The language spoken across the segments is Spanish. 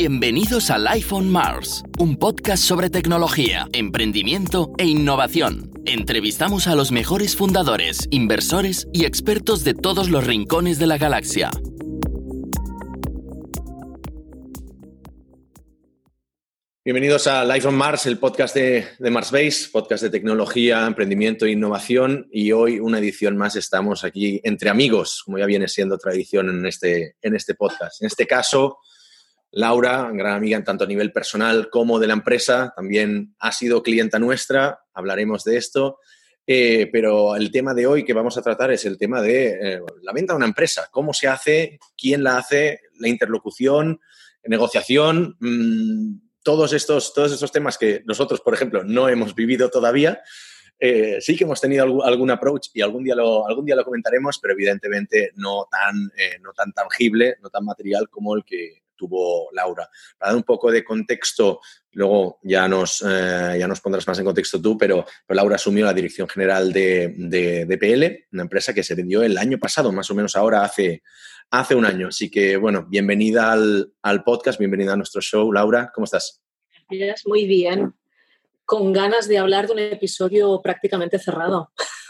Bienvenidos a Life on Mars, un podcast sobre tecnología, emprendimiento e innovación. Entrevistamos a los mejores fundadores, inversores y expertos de todos los rincones de la galaxia. Bienvenidos a Life on Mars, el podcast de Marsbase, podcast de tecnología, emprendimiento e innovación. Y hoy, una edición más, estamos aquí entre amigos, como ya viene siendo tradición en este podcast. En este caso, Laura, gran amiga en tanto a nivel personal como de la empresa, también ha sido clienta nuestra, hablaremos de esto. Pero el tema de hoy que vamos a tratar es el tema de la venta de una empresa. ¿Cómo se hace? ¿Quién la hace? La interlocución, negociación... Todos estos temas que nosotros, por ejemplo, no hemos vivido todavía, sí que hemos tenido algún approach y algún día lo comentaremos, pero evidentemente no tan tangible, no tan material como el que tuvo Laura. Para dar un poco de contexto, luego ya nos pondrás más en contexto tú, pero Laura asumió la dirección general de DPL, una empresa que se vendió el año pasado, más o menos ahora hace un año. Así que, bueno, bienvenida al podcast, bienvenida a nuestro show. Laura, ¿cómo estás? Gracias, muy bien. Con ganas de hablar de un episodio prácticamente cerrado.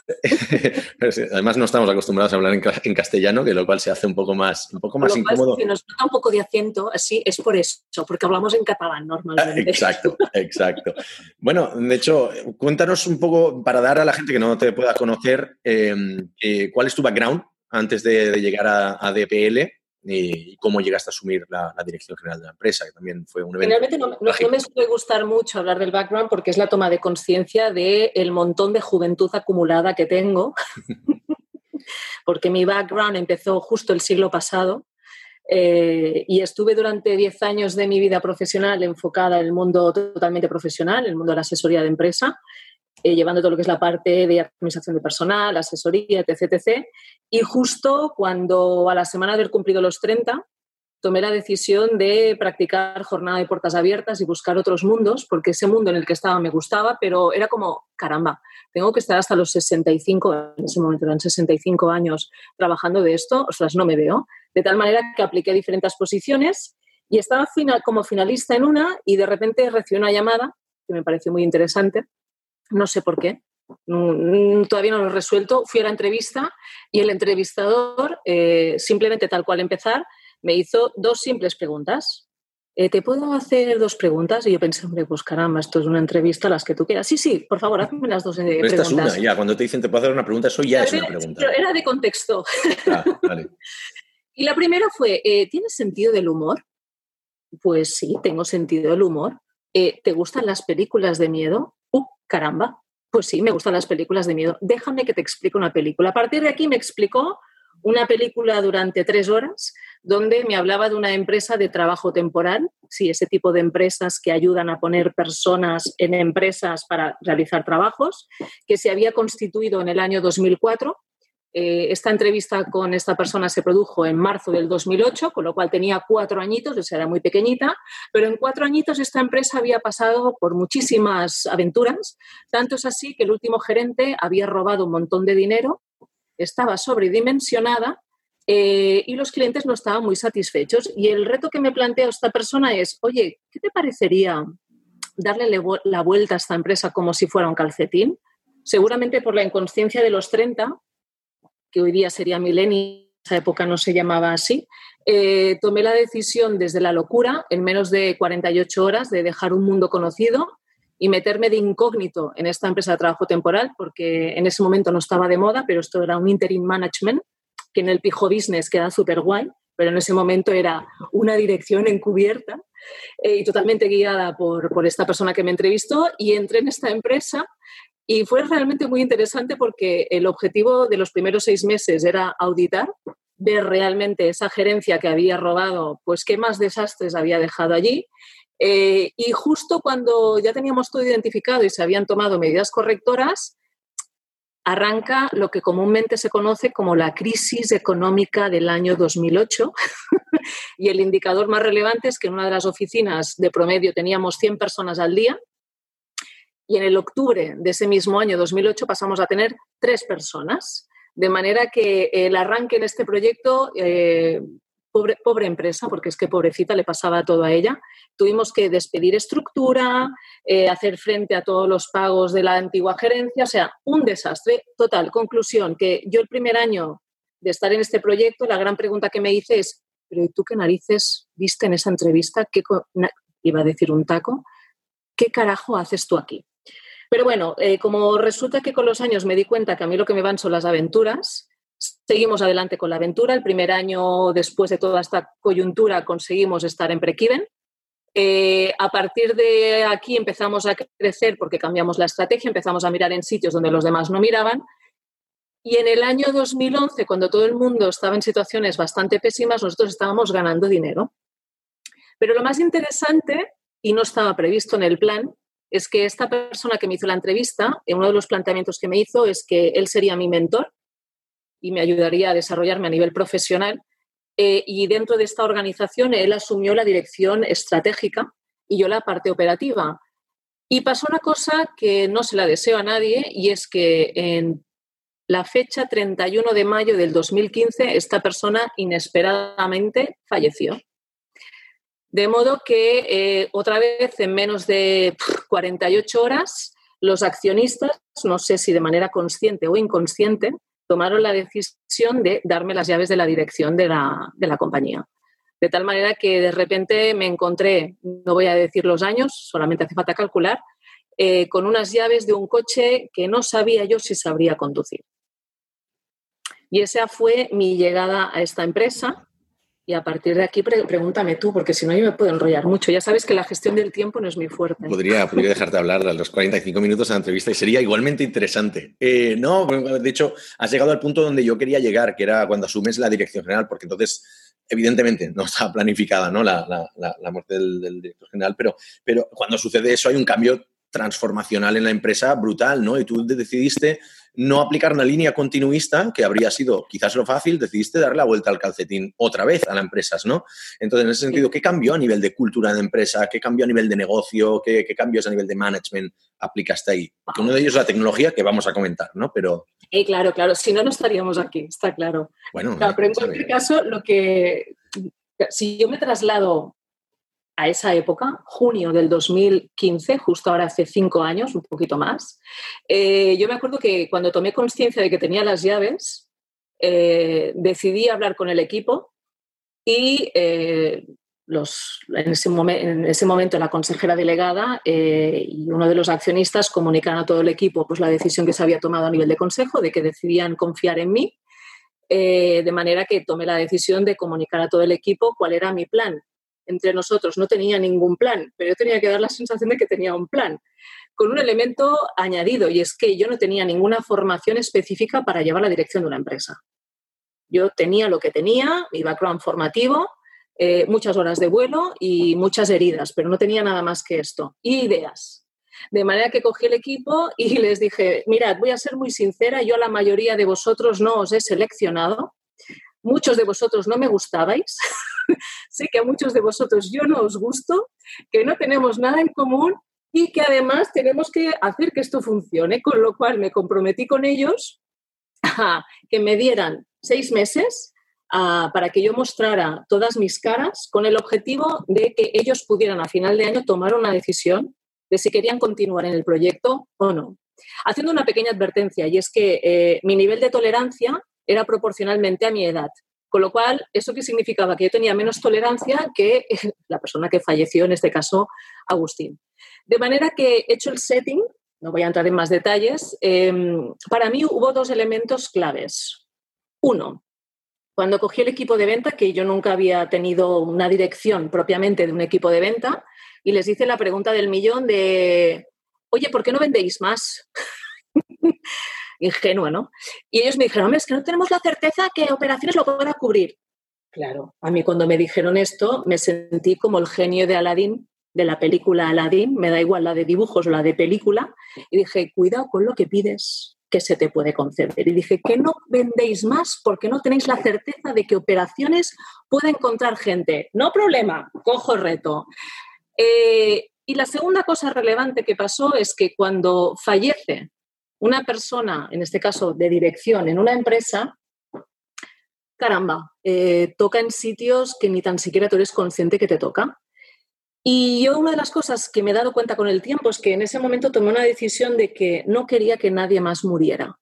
Además, no estamos acostumbrados a hablar en castellano, que lo cual se hace un poco más incómodo. Si nos nota un poco de acento, así es por eso, porque hablamos en catalán normalmente. Exacto. Bueno, de hecho, cuéntanos un poco, para dar a la gente que no te pueda conocer, ¿cuál es tu background antes de llegar a DPL y cómo llegaste a asumir la dirección general de la empresa, que también fue un evento? Realmente no me suele gustar mucho hablar del background porque es la toma de conciencia del montón de juventud acumulada que tengo, porque mi background empezó justo el siglo pasado y estuve durante 10 años de mi vida profesional enfocada en el mundo totalmente profesional, el mundo de la asesoría de empresa, llevando todo lo que es la parte de administración de personal, asesoría, etc. Y justo cuando a la semana de haber cumplido los 30, tomé la decisión de practicar jornada de puertas abiertas y buscar otros mundos, porque ese mundo en el que estaba me gustaba, pero era como, caramba, tengo que estar hasta los 65, en ese momento eran 65 años trabajando de esto, ostras, no me veo. De tal manera que apliqué diferentes posiciones y estaba como finalista en una y de repente recibí una llamada que me pareció muy interesante. No sé por qué, todavía no lo he resuelto. Fui a la entrevista y el entrevistador, simplemente tal cual empezar, me hizo 2 simples preguntas. ¿Te puedo hacer 2 preguntas? Y yo pensé, hombre, pues caramba, esto es una entrevista, las que tú quieras. Sí, por favor, hazme las 2 preguntas. Esta es una, ya, cuando te dicen te puedo hacer una pregunta, eso ya es una pregunta. Pero era de contexto. Vale. Y la primera fue, ¿tienes sentido del humor? Pues sí, tengo sentido del humor. ¿Te gustan las películas de miedo? Caramba, pues sí, me gustan las películas de miedo. Déjame que te explique una película. A partir de aquí me explicó una película durante 3 horas donde me hablaba de una empresa de trabajo temporal, sí, ese tipo de empresas que ayudan a poner personas en empresas para realizar trabajos, que se había constituido en el año 2004. Esta entrevista con esta persona se produjo en marzo del 2008, con lo cual tenía 4 añitos, o sea, era muy pequeñita, pero en 4 añitos esta empresa había pasado por muchísimas aventuras, tanto es así que el último gerente había robado un montón de dinero, estaba sobredimensionada y los clientes no estaban muy satisfechos. Y el reto que me plantea esta persona es, oye, ¿qué te parecería darle la vuelta a esta empresa como si fuera un calcetín? Seguramente por la inconsciencia de los 30, que hoy día sería millennial, en esa época no se llamaba así, tomé la decisión desde la locura, en menos de 48 horas, de dejar un mundo conocido y meterme de incógnito en esta empresa de trabajo temporal, porque en ese momento no estaba de moda, pero esto era un interim management, que en el pijo business queda súper guay, pero en ese momento era una dirección encubierta y totalmente guiada por esta persona que me entrevistó, y entré en esta empresa. Y fue realmente muy interesante porque el objetivo de los primeros 6 meses era auditar, ver realmente esa gerencia que había robado, pues qué más desastres había dejado allí. Y justo cuando ya teníamos todo identificado y se habían tomado medidas correctoras, arranca lo que comúnmente se conoce como la crisis económica del año 2008. Y el indicador más relevante es que en una de las oficinas de promedio teníamos 100 personas al día. Y en el octubre de ese mismo año 2008 pasamos a tener 3 personas. De manera que el arranque en este proyecto pobre empresa, porque es que pobrecita le pasaba todo a ella. Tuvimos que despedir estructura, hacer frente a todos los pagos de la antigua gerencia, o sea, un desastre total. Conclusión, que yo el primer año de estar en este proyecto, la gran pregunta que me hice es, ¿pero tú qué narices viste en esa entrevista? Iba a decir un taco. ¿Qué carajo haces tú aquí? Pero bueno, como resulta que con los años me di cuenta que a mí lo que me van son las aventuras, seguimos adelante con la aventura. El primer año, después de toda esta coyuntura, conseguimos estar en break-even. A partir de aquí empezamos a crecer porque cambiamos la estrategia, empezamos a mirar en sitios donde los demás no miraban. Y en el año 2011, cuando todo el mundo estaba en situaciones bastante pésimas, nosotros estábamos ganando dinero. Pero lo más interesante, y no estaba previsto en el plan, es que esta persona que me hizo la entrevista, uno de los planteamientos que me hizo es que él sería mi mentor y me ayudaría a desarrollarme a nivel profesional. Y dentro de esta organización él asumió la dirección estratégica y yo la parte operativa. Y pasó una cosa que no se la deseo a nadie, y es que en la fecha 31 de mayo del 2015 esta persona inesperadamente falleció. De modo que otra vez en menos de 48 horas los accionistas, no sé si de manera consciente o inconsciente, tomaron la decisión de darme las llaves de la dirección de la compañía. De tal manera que de repente me encontré, no voy a decir los años, solamente hace falta calcular, con unas llaves de un coche que no sabía yo si sabría conducir. Y esa fue mi llegada a esta empresa. Y a partir de aquí pregúntame tú, porque si no yo me puedo enrollar mucho. Ya sabes que la gestión del tiempo no es muy fuerte. Podría dejarte hablar a los 45 minutos de la entrevista y sería igualmente interesante. No, de hecho, has llegado al punto donde yo quería llegar, que era cuando asumes la dirección general, porque entonces, evidentemente, no estaba planificada, ¿no? la muerte del director general, pero cuando sucede eso hay un cambio transformacional en la empresa brutal, ¿no? Y tú decidiste no aplicar una línea continuista, que habría sido quizás lo fácil, decidiste darle la vuelta al calcetín otra vez a las empresas, ¿no? Entonces, en ese sentido, ¿qué cambió a nivel de cultura de empresa? ¿Qué cambió a nivel de negocio? ¿Qué cambios a nivel de management aplicaste ahí? Porque uno de ellos es la tecnología, que vamos a comentar, ¿no? Pero... claro, si no, no estaríamos aquí, está claro. Bueno, claro, pero en cualquier caso, si yo me traslado a esa época, junio del 2015, justo ahora hace 5 años, un poquito más, yo me acuerdo que cuando tomé conciencia de que tenía las llaves, decidí hablar con el equipo y en ese momento la consejera delegada y uno de los accionistas comunican a todo el equipo pues, la decisión que se había tomado a nivel de consejo, de que decidían confiar en mí, de manera que tomé la decisión de comunicar a todo el equipo cuál era mi plan. Entre nosotros no tenía ningún plan, pero yo tenía que dar la sensación de que tenía un plan, con un elemento añadido, y es que yo no tenía ninguna formación específica para llevar la dirección de una empresa. Yo tenía lo que tenía, mi background formativo, muchas horas de vuelo y muchas heridas, pero no tenía nada más que esto, y ideas. De manera que cogí el equipo y les dije, mirad, voy a ser muy sincera, yo a la mayoría de vosotros no os he seleccionado, muchos de vosotros no me gustabais, sé que a muchos de vosotros yo no os gusto, que no tenemos nada en común y que además tenemos que hacer que esto funcione, con lo cual me comprometí con ellos a que me dieran 6 meses para que yo mostrara todas mis caras con el objetivo de que ellos pudieran a final de año tomar una decisión de si querían continuar en el proyecto o no. Haciendo una pequeña advertencia, y es que mi nivel de tolerancia era proporcionalmente a mi edad. Con lo cual, ¿eso qué significaba? Que yo tenía menos tolerancia que la persona que falleció, en este caso, Agustín. De manera que, hecho el setting, no voy a entrar en más detalles, para mí hubo 2 elementos claves. 1, cuando cogí el equipo de venta, que yo nunca había tenido una dirección propiamente de un equipo de venta, y les hice la pregunta del millón de, oye, ¿por qué no vendéis más? Ingenua, ¿no? Y ellos me dijeron, hombre, es que no tenemos la certeza que operaciones lo puedan cubrir. Claro, a mí cuando me dijeron esto me sentí como el genio de Aladín, de la película Aladín, me da igual la de dibujos o la de película, y dije, cuidado con lo que pides, que se te puede conceder. Y dije, que no vendéis más porque no tenéis la certeza de que operaciones puede encontrar gente. No problema, cojo el reto. Y la segunda cosa relevante que pasó es que cuando fallece una persona, en este caso de dirección, en una empresa, caramba, toca en sitios que ni tan siquiera tú eres consciente que te toca. Y yo una de las cosas que me he dado cuenta con el tiempo es que en ese momento tomé una decisión de que no quería que nadie más muriera.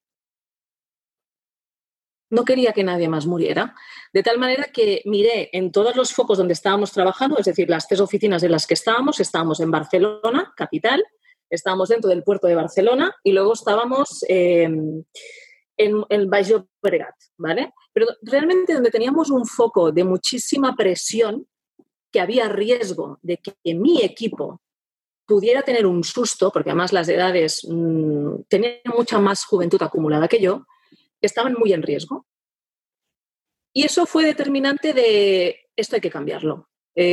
No quería que nadie más muriera. De tal manera que miré en todos los focos donde estábamos trabajando, es decir, las 3 oficinas en las que estábamos en Barcelona, capital, estábamos dentro del puerto de Barcelona y luego estábamos en el Baix Llobregat, ¿vale? Pero realmente donde teníamos un foco de muchísima presión, que había riesgo de que mi equipo pudiera tener un susto, porque además las edades tenían mucha más juventud acumulada que yo, estaban muy en riesgo. Y eso fue determinante de esto hay que cambiarlo.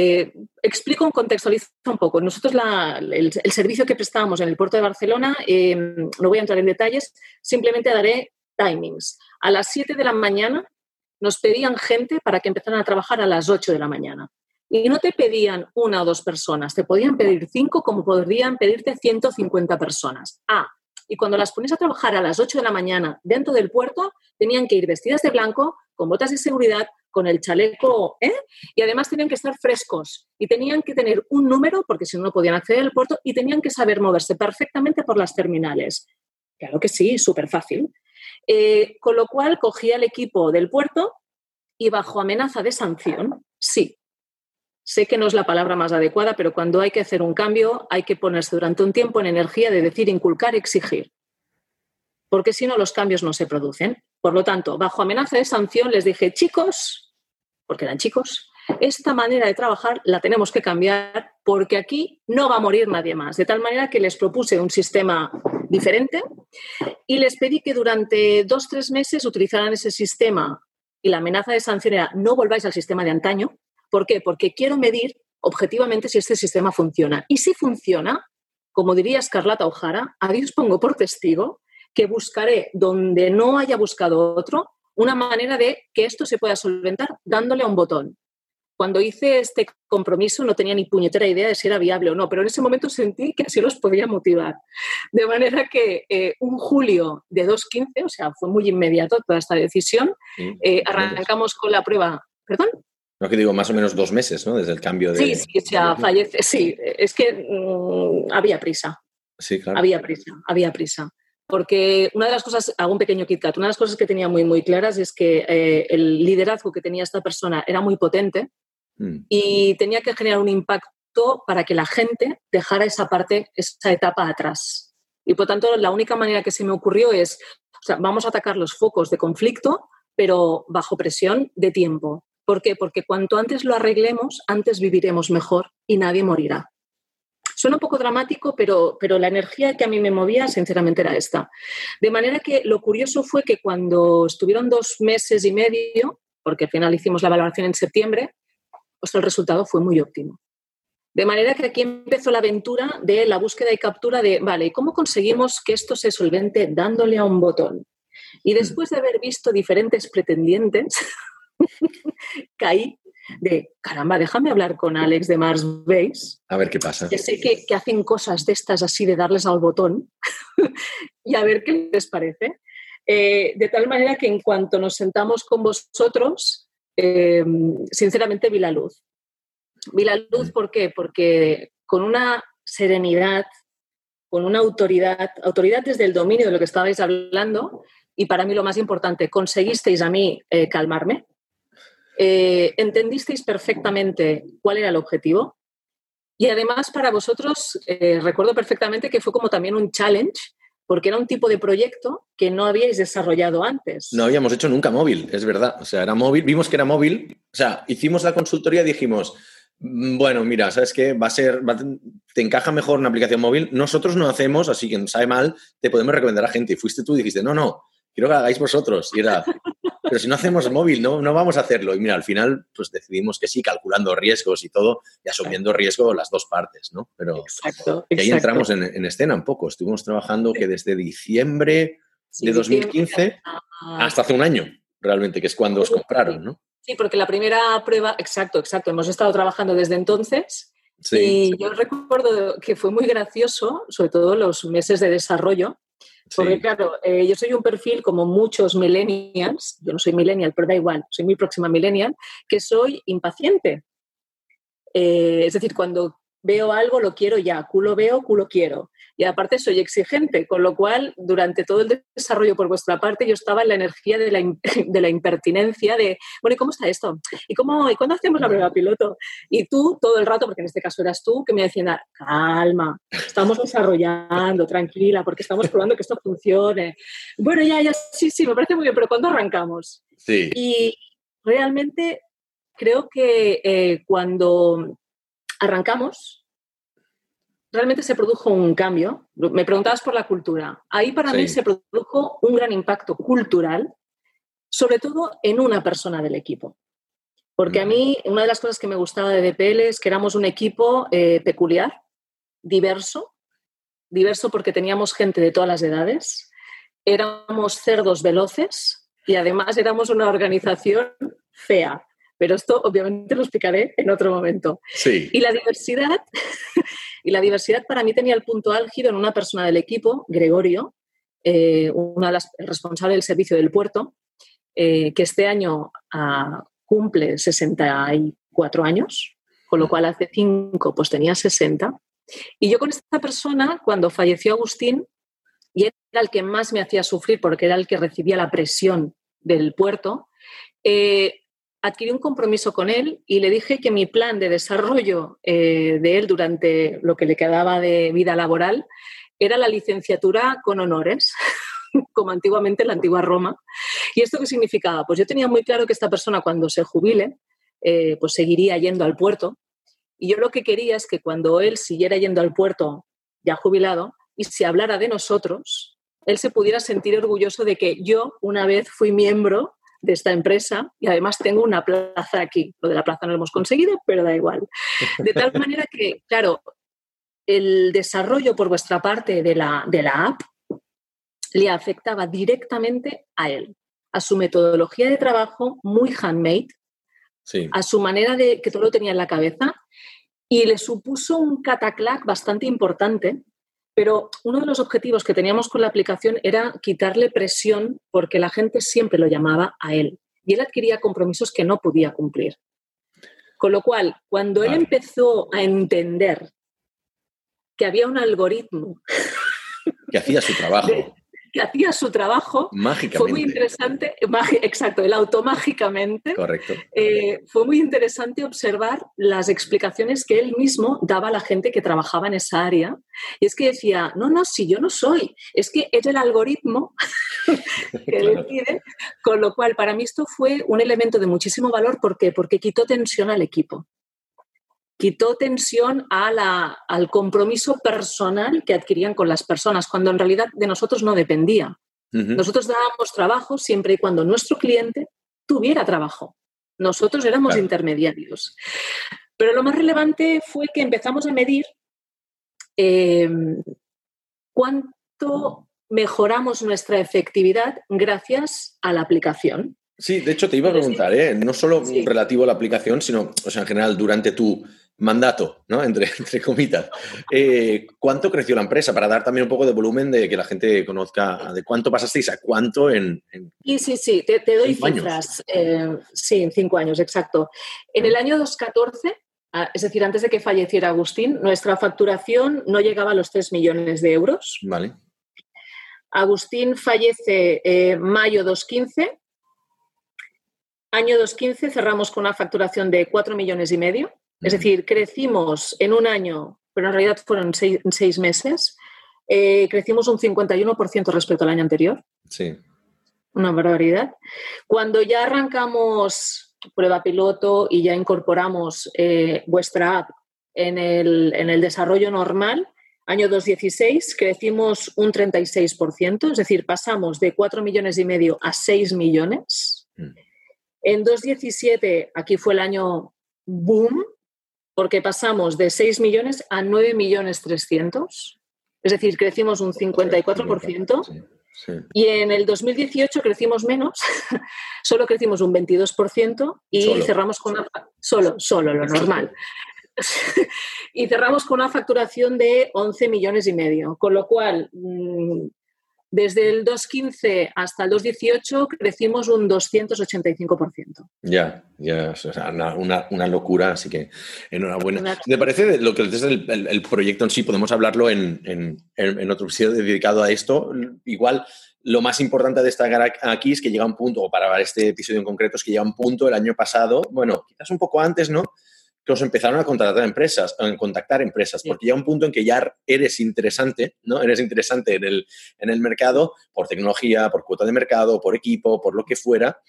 Explico, contextualizo un poco. Nosotros el servicio que prestábamos en el puerto de Barcelona, no voy a entrar en detalles, simplemente daré timings. A las 7 de la mañana nos pedían gente para que empezaran a trabajar a las 8 de la mañana. Y no te pedían 1 o 2 personas, te podían pedir 5 como podrían pedirte 150 personas. Y cuando las ponías a trabajar a las 8 de la mañana dentro del puerto, tenían que ir vestidas de blanco, con botas de seguridad, con el chaleco, y además tenían que estar frescos y tenían que tener un número, porque si no, no podían acceder al puerto, y tenían que saber moverse perfectamente por las terminales. Claro que sí, súper fácil. Con lo cual, cogí al equipo del puerto y bajo amenaza de sanción, sí. Sé que no es la palabra más adecuada, pero cuando hay que hacer un cambio hay que ponerse durante un tiempo en energía de decir, inculcar, exigir. Porque si no, los cambios no se producen. Por lo tanto, bajo amenaza de sanción les dije, chicos, porque eran chicos, esta manera de trabajar la tenemos que cambiar porque aquí no va a morir nadie más. De tal manera que les propuse un sistema diferente y les pedí que durante 2-3 meses utilizaran ese sistema y la amenaza de sanción era no volváis al sistema de antaño. ¿Por qué? Porque quiero medir objetivamente si este sistema funciona. Y si funciona, como diría Scarlett O'Hara, a Dios pongo por testigo que buscaré donde no haya buscado otro una manera de que esto se pueda solventar dándole a un botón. Cuando hice este compromiso no tenía ni puñetera idea de si era viable o no, pero en ese momento sentí que así los podía motivar. De manera que un julio de 2015, o sea, fue muy inmediato toda esta decisión, arrancamos con la prueba. ¿Perdón? No, que digo, más o menos 2 meses, ¿no? Desde el cambio de... Sí, o sea, fallece. Sí, es que había prisa. Sí, claro. Había prisa. Porque una de las cosas, hago un pequeño KitKat, una de las cosas que tenía muy, muy claras es que el liderazgo que tenía esta persona era muy potente y tenía que generar un impacto para que la gente dejara esa etapa atrás. Y por tanto, la única manera que se me ocurrió es, o sea, vamos a atacar los focos de conflicto, pero bajo presión de tiempo. ¿Por qué? Porque cuanto antes lo arreglemos, antes viviremos mejor y nadie morirá. Suena un poco dramático, pero la energía que a mí me movía, sinceramente, era esta. De manera que lo curioso fue que cuando estuvieron 2 meses y medio, porque al final hicimos la valoración en septiembre, pues el resultado fue muy óptimo. De manera que aquí empezó la aventura de la búsqueda y captura de, vale, ¿cómo conseguimos que esto se solvente dándole a un botón? Y después de haber visto diferentes pretendientes... caí de, caramba, déjame hablar con Alex de Mars Base. A ver qué pasa. Que sé que hacen cosas de estas así de darles al botón y a ver qué les parece. De tal manera que en cuanto nos sentamos con vosotros, sinceramente vi la luz. Vi la luz, ¿por qué? Porque con una serenidad, con una autoridad desde el dominio de lo que estabais hablando, y para mí lo más importante, conseguisteis a mí calmarme. Entendisteis perfectamente cuál era el objetivo y además para vosotros recuerdo perfectamente que fue como también un challenge porque era un tipo de proyecto que no habíais desarrollado antes. No habíamos hecho nunca móvil, es verdad. O sea, era móvil, vimos que era móvil, o sea, hicimos la consultoría y dijimos, bueno, mira, ¿sabes qué? Te encaja mejor una aplicación móvil. Nosotros no hacemos, así que sabe mal, te podemos recomendar a gente. Y fuiste tú y dijiste, no, quiero que lo hagáis vosotros. Y era... Pero si no hacemos móvil, no vamos a hacerlo. Y mira, al final pues decidimos que sí, calculando riesgos y todo, y asumiendo riesgo las 2 partes, ¿no? Pero exacto. Y ahí entramos en escena un poco. Estuvimos trabajando que desde diciembre de 2015 hasta hace un año, realmente, que es cuando os compraron, ¿no? Sí, porque la primera prueba, exacto, hemos estado trabajando desde entonces. Sí. Y yo recuerdo que fue muy gracioso, sobre todo los meses de desarrollo, Porque claro, yo soy un perfil como muchos millennials, yo no soy millennial, pero da igual, soy muy próxima a millennial, que soy impaciente. Es decir, cuando veo algo lo quiero ya, culo veo, culo quiero. Y aparte soy exigente, con lo cual durante todo el desarrollo por vuestra parte yo estaba en la energía de la impertinencia de, bueno, ¿y cómo está esto? ¿Y cuándo hacemos la prueba piloto? Y tú todo el rato, porque en este caso eras tú, que me decían, calma, estamos desarrollando, tranquila, porque estamos probando que esto funcione. Bueno, ya, sí, me parece muy bien, pero ¿cuándo arrancamos? Sí. Y realmente creo que cuando arrancamos, realmente se produjo un cambio. Me preguntabas por la cultura. Ahí para mí se produjo un gran impacto cultural, sobre todo en una persona del equipo. Porque a mí una de las cosas que me gustaba de DPL es que éramos un equipo peculiar, diverso porque teníamos gente de todas las edades, éramos cerdos veloces y además éramos una organización fea. Pero esto obviamente lo explicaré en otro momento. Sí. Y la diversidad para mí tenía el punto álgido en una persona del equipo, Gregorio, una de las responsables del servicio del puerto, que este año cumple 64 años, con lo cual hace 5 pues tenía 60. Y yo con esta persona, cuando falleció Agustín, y era el que más me hacía sufrir porque era el que recibía la presión del puerto, adquirí un compromiso con él y le dije que mi plan de desarrollo de él durante lo que le quedaba de vida laboral era la licenciatura con honores, como antiguamente en la antigua Roma. ¿Y esto qué significaba? Pues yo tenía muy claro que esta persona cuando se jubile pues seguiría yendo al puerto, y yo lo que quería es que cuando él siguiera yendo al puerto ya jubilado y se hablara de nosotros, él se pudiera sentir orgulloso de que yo una vez fui miembro de esta empresa y además tengo una plaza aquí. Lo de la plaza no lo hemos conseguido, pero da igual. De tal manera que, claro, el desarrollo por vuestra parte de la app le afectaba directamente a él, a su metodología de trabajo muy handmade, a su manera de que todo lo tenía en la cabeza, y le supuso un cataclac bastante importante. Pero uno de los objetivos que teníamos con la aplicación era quitarle presión porque la gente siempre lo llamaba a él y él adquiría compromisos que no podía cumplir. Con lo cual, cuando él empezó a entender que había un algoritmo que hacía su trabajo, mágicamente. Fue muy interesante, exacto, el automágicamente. Correcto. Fue muy interesante observar las explicaciones que él mismo daba a la gente que trabajaba en esa área. Y es que decía, no, si yo no soy, es que es el algoritmo que decide. Con lo cual, para mí esto fue un elemento de muchísimo valor. ¿Por qué? Porque quitó tensión al equipo. Quitó tensión al compromiso personal que adquirían con las personas, cuando en realidad de nosotros no dependía. Nosotros dábamos trabajo siempre y cuando nuestro cliente tuviera trabajo. Nosotros éramos intermediarios. Pero lo más relevante fue que empezamos a medir cuánto mejoramos nuestra efectividad gracias a la aplicación. Sí, de hecho te iba a preguntar, no solo relativo a la aplicación, sino, o sea, en general, durante tu mandato, ¿no? Entre comitas. ¿Cuánto creció la empresa? Para dar también un poco de volumen de que la gente conozca de cuánto pasasteis a cuánto en Sí, te doy cifras. Sí, en 5 años, exacto. En el año 2014, es decir, antes de que falleciera Agustín, nuestra facturación no llegaba a los 3 millones de euros. Vale. Agustín fallece mayo 2015. Año 2015 cerramos con una facturación de 4,5 millones. Es decir, crecimos en un año, pero en realidad fueron 6 meses, crecimos un 51% respecto al año anterior. Sí. Una barbaridad. Cuando ya arrancamos prueba piloto y ya incorporamos vuestra app en el desarrollo normal, año 2016 crecimos un 36%, es decir, pasamos de 4,5 millones a 6 millones. En 2017, aquí fue el año boom, porque pasamos de 6 millones a 9,3 millones. Es decir, crecimos un 54%. Sí. Y en el 2018 crecimos menos, solo crecimos un 22% y cerramos con solo lo normal. Y cerramos con una facturación de 11,5 millones, con lo cual Desde el 2015 hasta el 2018 crecimos un 285%. Ya, o sea, una locura, así que enhorabuena. ¿Te parece lo que es el proyecto en sí? Podemos hablarlo en otro episodio dedicado a esto. Igual, lo más importante de destacar aquí es que llega un punto, o para este episodio en concreto, es que llega un punto el año pasado, bueno, quizás un poco antes, ¿no?, que os empezaron a contactar empresas, Sí. porque llega un punto en que ya eres interesante, ¿no? Eres interesante en el mercado por tecnología, por cuota de mercado, por equipo, por lo que fuera,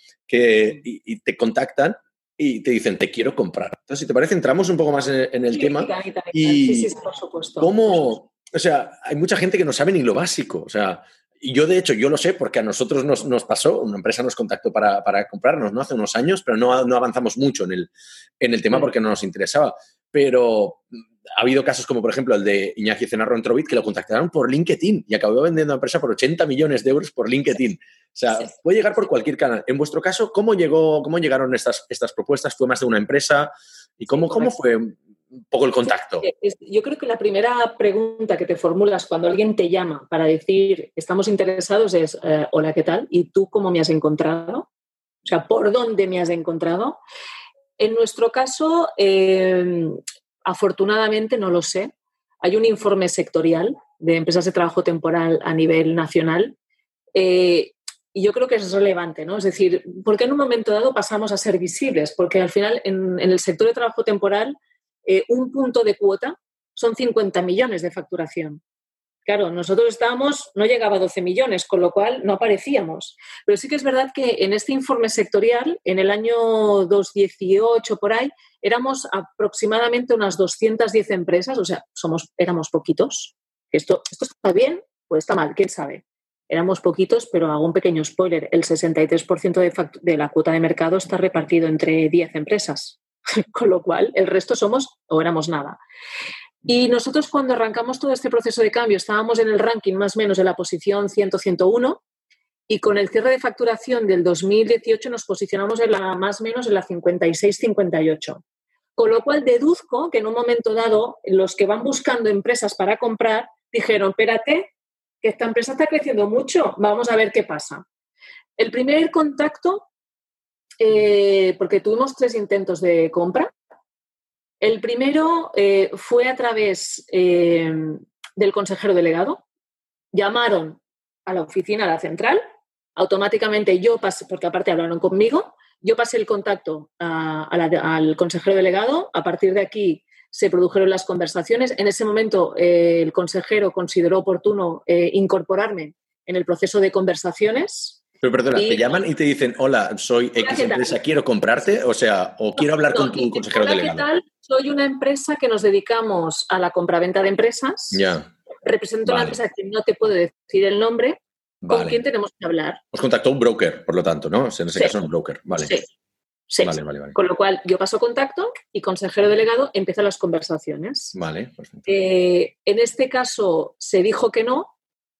y te contactan y te dicen, te quiero comprar. Entonces, si te parece, entramos un poco más en el tema. Sí, por supuesto. ¿Cómo? O sea, hay mucha gente que no sabe ni lo básico. O sea, y yo, de hecho, yo lo sé porque a nosotros nos pasó, una empresa nos contactó para comprarnos, ¿no?, hace unos años, pero no avanzamos mucho en el tema porque no nos interesaba. Pero ha habido casos como, por ejemplo, el de Iñaki Cenarro Entrovit, que lo contactaron por LinkedIn y acabó vendiendo la empresa por 80 millones de euros por LinkedIn. O sea, puede llegar por cualquier canal. En vuestro caso, ¿cómo llegaron estas propuestas? ¿Fue más de una empresa? ¿Y cómo fue un poco el contacto? Yo creo que la primera pregunta que te formulas cuando alguien te llama para decir estamos interesados es hola, ¿qué tal? ¿Y tú cómo me has encontrado? O sea, ¿por dónde me has encontrado? En nuestro caso, afortunadamente no lo sé. Hay un informe sectorial de empresas de trabajo temporal a nivel nacional y yo creo que es relevante, ¿no? Es decir, ¿por qué en un momento dado pasamos a ser visibles? Porque al final en el sector de trabajo temporal un punto de cuota son 50 millones de facturación. Claro, nosotros no llegaba a 12 millones, con lo cual no aparecíamos. Pero sí que es verdad que en este informe sectorial, en el año 2018 por ahí, éramos aproximadamente unas 210 empresas, o sea, éramos poquitos. ¿Esto está bien o está mal? ¿Quién sabe? Éramos poquitos, pero hago un pequeño spoiler. El 63% de la cuota de mercado está repartido entre 10 empresas. Con lo cual, el resto éramos nada. Y nosotros cuando arrancamos todo este proceso de cambio estábamos en el ranking más o menos en la posición 100-101 y con el cierre de facturación del 2018 nos posicionamos más o menos en la 56-58. Con lo cual deduzco que en un momento dado los que van buscando empresas para comprar dijeron, espérate, que esta empresa está creciendo mucho, vamos a ver qué pasa. El primer contacto, porque tuvimos 3 intentos de compra. El primero fue a través del consejero delegado. Llamaron a la oficina, a la central. Automáticamente yo pasé, porque aparte hablaron conmigo, yo pasé el contacto al consejero delegado. A partir de aquí se produjeron las conversaciones. En ese momento el consejero consideró oportuno incorporarme en el proceso de conversaciones. Pero perdona, te llaman y te dicen, hola, soy X empresa, quiero comprarte, o sea, o quiero hablar con tu consejero delegado. ¿Qué tal? Soy una empresa que nos dedicamos a la compraventa de empresas. Ya. Represento una empresa que no te puedo decir el nombre. ¿Con quién tenemos que hablar? Os contactó un broker, por lo tanto, ¿no? En ese caso, un broker. Vale. Sí. Vale. Con lo cual, yo paso contacto y consejero delegado empiezan las conversaciones. Vale, perfecto. En este caso se dijo que no,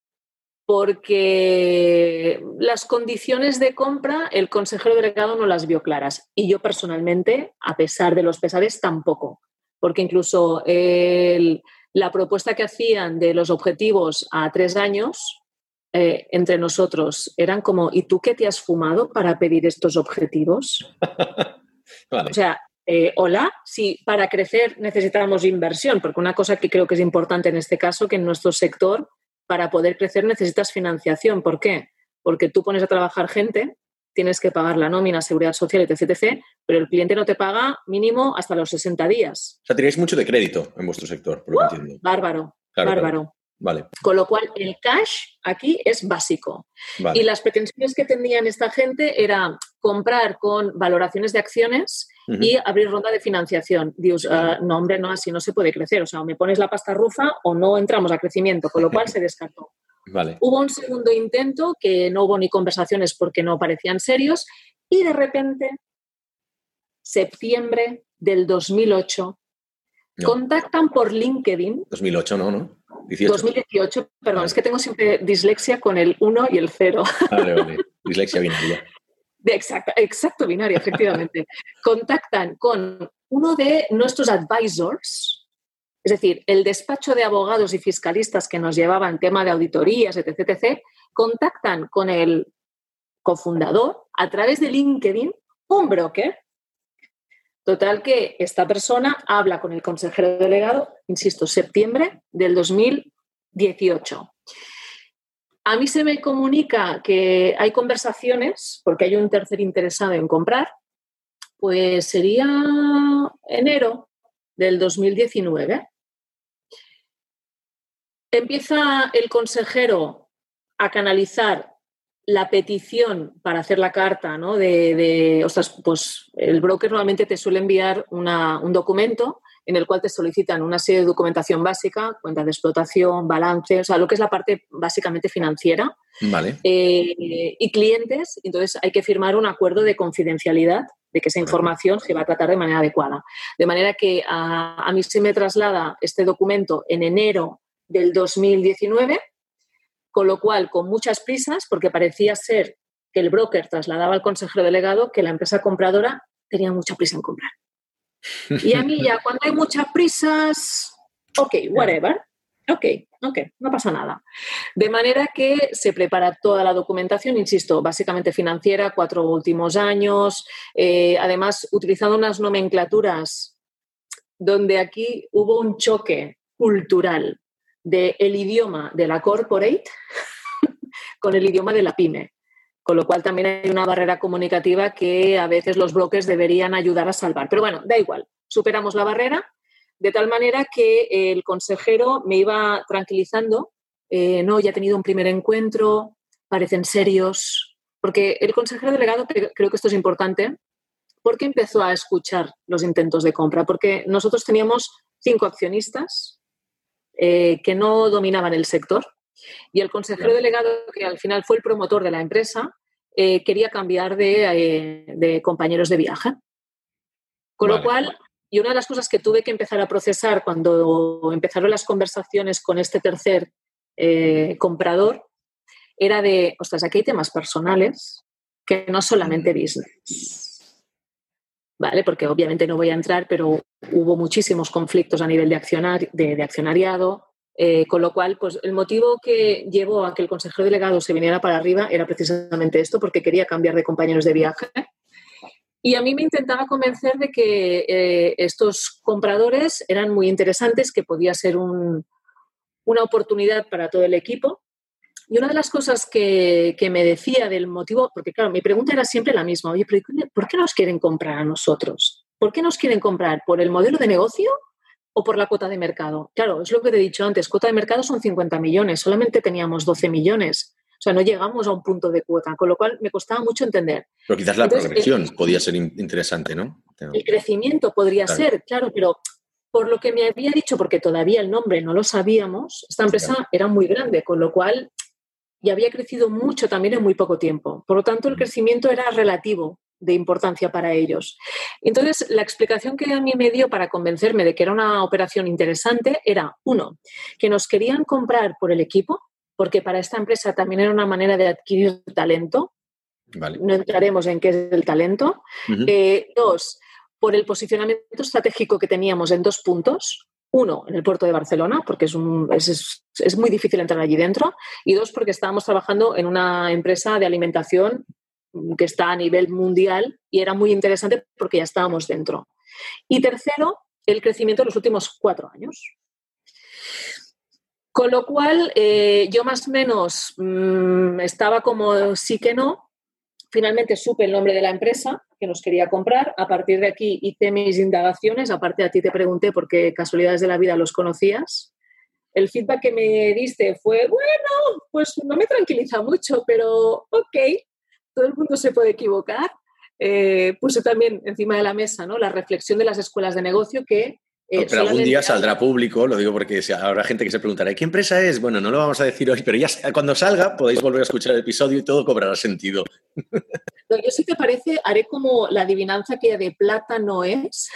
porque las condiciones de compra el consejero delegado no las vio claras. Y yo personalmente, a pesar de los pesares, tampoco. Porque incluso la propuesta que hacían de los objetivos a 3 años, entre nosotros, eran como, ¿y tú qué te has fumado para pedir estos objetivos? Vale. O sea, hola, si para crecer necesitamos inversión, porque una cosa que creo que es importante en este caso, que en nuestro sector, para poder crecer necesitas financiación. ¿Por qué? Porque tú pones a trabajar gente, tienes que pagar la nómina, seguridad social, etc., pero el cliente no te paga mínimo hasta los 60 días. O sea, tiráis mucho de crédito en vuestro sector, por lo que entiendo. Bárbaro. Vale. Con lo cual, el cash aquí es básico. Vale. Y las pretensiones que tenían esta gente era comprar con valoraciones de acciones y abrir ronda de financiación. Dios, no, hombre, no, así no se puede crecer. O sea, o me pones la pasta rufa o no entramos a crecimiento, con lo cual se descartó. Vale. Hubo un segundo intento que no hubo ni conversaciones porque no parecían serios y de repente, septiembre del 2008, contactan por LinkedIn. 2008, ¿no? 2018, perdón, es que tengo siempre dislexia con el 1 y el 0. Vale. Dislexia binaria. Exacto, binaria, efectivamente. Contactan con uno de nuestros advisors Es decir, el despacho de abogados y fiscalistas que nos llevaban tema de auditorías, etc., contactan con el cofundador a través de LinkedIn, un broker. Total que esta persona habla con el consejero delegado, insisto, septiembre del 2018. A mí se me comunica que hay conversaciones, porque hay un tercer interesado en comprar, pues sería enero del 2019. Empieza el consejero a canalizar la petición para hacer la carta, ¿no? Ostras, pues el broker normalmente te suele enviar un documento en el cual te solicitan una serie de documentación básica, cuentas de explotación, balance, o sea, lo que es la parte básicamente financiera. Vale. Y clientes, entonces hay que firmar un acuerdo de confidencialidad de que esa información se va a tratar de manera adecuada. De manera que a mí se me traslada este documento en enero del 2019, con lo cual, con muchas prisas, porque parecía ser que el broker trasladaba al consejero delegado que la empresa compradora tenía mucha prisa en comprar. Y a mí ya, cuando hay muchas prisas, ok, whatever, ok, no pasa nada. De manera que se prepara toda la documentación, insisto, básicamente financiera, 4 últimos años, además utilizando unas nomenclaturas donde aquí hubo un choque cultural del idioma de la corporate con el idioma de la pyme. Con lo cual también hay una barrera comunicativa que a veces los brokers deberían ayudar a salvar. Pero bueno, da igual, superamos la barrera de tal manera que el consejero me iba tranquilizando. No, ya he tenido un primer encuentro, parecen serios. Porque el consejero delegado, creo que esto es importante, porque empezó a escuchar los intentos de compra. Porque nosotros teníamos 5 accionistas que no dominaban el sector. Y el consejero delegado, que al final fue el promotor de la empresa, quería cambiar de compañeros de viaje. Con lo cual, y una de las cosas que tuve que empezar a procesar cuando empezaron las conversaciones con este tercer comprador era de, ostras, aquí hay temas personales que no solamente business. ¿Vale? Porque obviamente no voy a entrar, pero hubo muchísimos conflictos a nivel de accionariado. Con lo cual, pues el motivo que llevó a que el consejero delegado se viniera para arriba era precisamente esto, porque quería cambiar de compañeros de viaje. Y a mí me intentaba convencer de que estos compradores eran muy interesantes, que podía ser una oportunidad para todo el equipo. Y una de las cosas que me decía del motivo, porque claro, mi pregunta era siempre la misma, oye, pero ¿por qué nos quieren comprar a nosotros? ¿Por qué nos quieren comprar? ¿Por el modelo de negocio o por la cuota de mercado? Claro, es lo que te he dicho antes, cuota de mercado son 50 millones, solamente teníamos 12 millones. O sea, no llegamos a un punto de cuota, con lo cual me costaba mucho entender. Pero quizás la progresión podía ser interesante, ¿no? El crecimiento podría ser, claro, pero por lo que me había dicho, porque todavía el nombre no lo sabíamos, esta empresa era muy grande, con lo cual ya había crecido mucho también en muy poco tiempo. Por lo tanto, el crecimiento era relativo de importancia para ellos. Entonces, la explicación que a mí me dio para convencerme de que era una operación interesante era, 1, que nos querían comprar por el equipo, porque para esta empresa también era una manera de adquirir talento. Vale. No entraremos en qué es el talento. 2, por el posicionamiento estratégico que teníamos en 2 puntos. 1, en el puerto de Barcelona, porque es muy difícil entrar allí dentro. Y 2, porque estábamos trabajando en una empresa de alimentación que está a nivel mundial y era muy interesante porque ya estábamos dentro. Y 3, el crecimiento en los últimos 4 años. Con lo cual, yo más o menos estaba como sí que no. Finalmente supe el nombre de la empresa que nos quería comprar. A partir de aquí hice mis indagaciones. Aparte, a ti te pregunté por qué casualidades de la vida los conocías. El feedback que me diste fue, bueno, pues no me tranquiliza mucho, pero ok, todo el mundo se puede equivocar. Puse también encima de la mesa, ¿no?, la reflexión de las escuelas de negocio que... pero algún día saldrá público, lo digo porque habrá gente que se preguntará, ¿qué empresa es? Bueno, no lo vamos a decir hoy, pero ya cuando salga podéis volver a escuchar el episodio y todo cobrará sentido. No, yo, si te parece, haré como la adivinanza que de plata no es.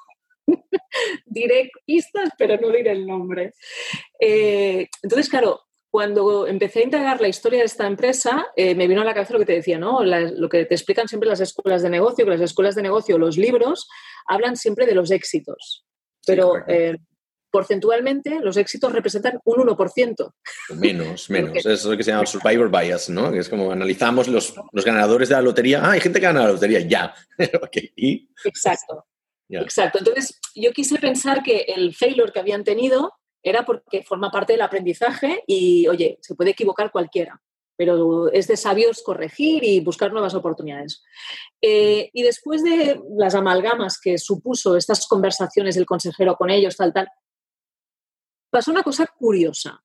Diré pistas, pero no diré el nombre. Entonces, claro, cuando empecé a indagar la historia de esta empresa, me vino a la cabeza lo que te decía, ¿no? Lo que te explican siempre las escuelas de negocio, que las escuelas de negocio, los libros, hablan siempre de los éxitos. Pero porcentualmente los éxitos representan un 1%. Menos. Es lo que se llama survivor bias, ¿no? Que es como analizamos los ganadores de la lotería. Hay gente que gana la lotería, ya. Okay. ¿Y? Exacto. Yeah. Exacto. Entonces, yo quise pensar que el failure que habían tenido era porque forma parte del aprendizaje y, oye, se puede equivocar cualquiera, pero es de sabios corregir y buscar nuevas oportunidades. Y después de las amalgamas que supuso estas conversaciones del consejero con ellos, tal, pasó una cosa curiosa.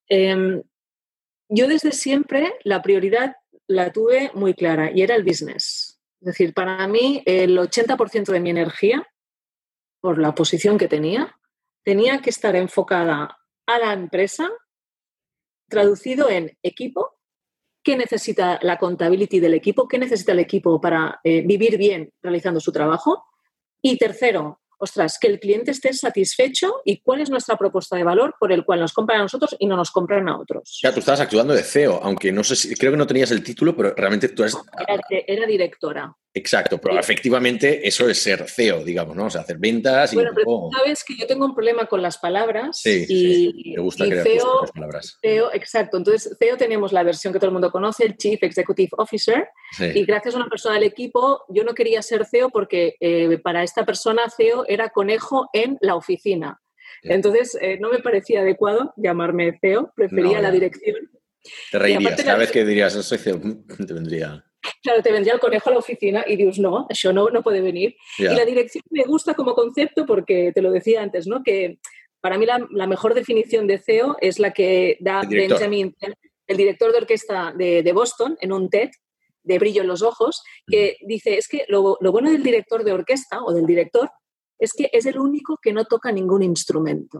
Yo desde siempre la prioridad la tuve muy clara y era el business. Es decir, para mí el 80% de mi energía, por la posición que tenía que estar enfocada a la empresa, traducido en equipo, qué necesita la accountability del equipo, qué necesita el equipo para vivir bien realizando su trabajo. Y tercero, que el cliente esté satisfecho y cuál es nuestra propuesta de valor por el cual nos compran a nosotros y no nos compran a otros. Ya, tú estabas actuando de CEO, aunque no sé si, creo que no tenías el título, pero realmente tú eres... Era directora. Exacto, pero efectivamente eso es ser CEO, digamos, ¿no? O sea, hacer ventas y... Bueno, pero tú sabes que yo tengo un problema con las palabras. Sí, me gusta crear tus propias palabras. CEO, exacto. Entonces, CEO tenemos la versión que todo el mundo conoce, el Chief Executive Officer, y gracias a una persona del equipo, yo no quería ser CEO porque para esta persona CEO era conejo en la oficina. Entonces, no me parecía adecuado llamarme CEO, prefería la dirección. Te reirías, cada vez que dirías, soy CEO, te vendría... Claro, te vendría el conejo a la oficina y dius, no, eso no puede venir. Yeah. Y la dirección me gusta como concepto porque, te lo decía antes, ¿no? Que para mí la mejor definición de CEO es la que da Benjamin, el director de orquesta de Boston, en un TED, de Brillo en los ojos, que dice, es que lo bueno del director de orquesta o del director es que es el único que no toca ningún instrumento.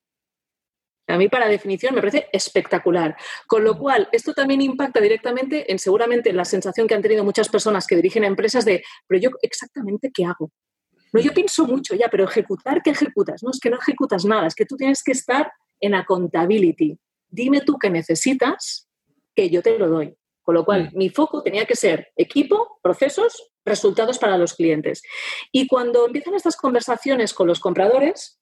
A mí, para definición, me parece espectacular. Con lo cual, esto también impacta directamente en seguramente la sensación que han tenido muchas personas que dirigen empresas de, pero yo exactamente qué hago. No, yo pienso mucho ya, pero ejecutar, ¿qué ejecutas? No, es que no ejecutas nada, es que tú tienes que estar en accountability. Dime tú qué necesitas, que yo te lo doy. Con lo cual, mi foco tenía que ser equipo, procesos, resultados para los clientes. Y cuando empiezan estas conversaciones con los compradores,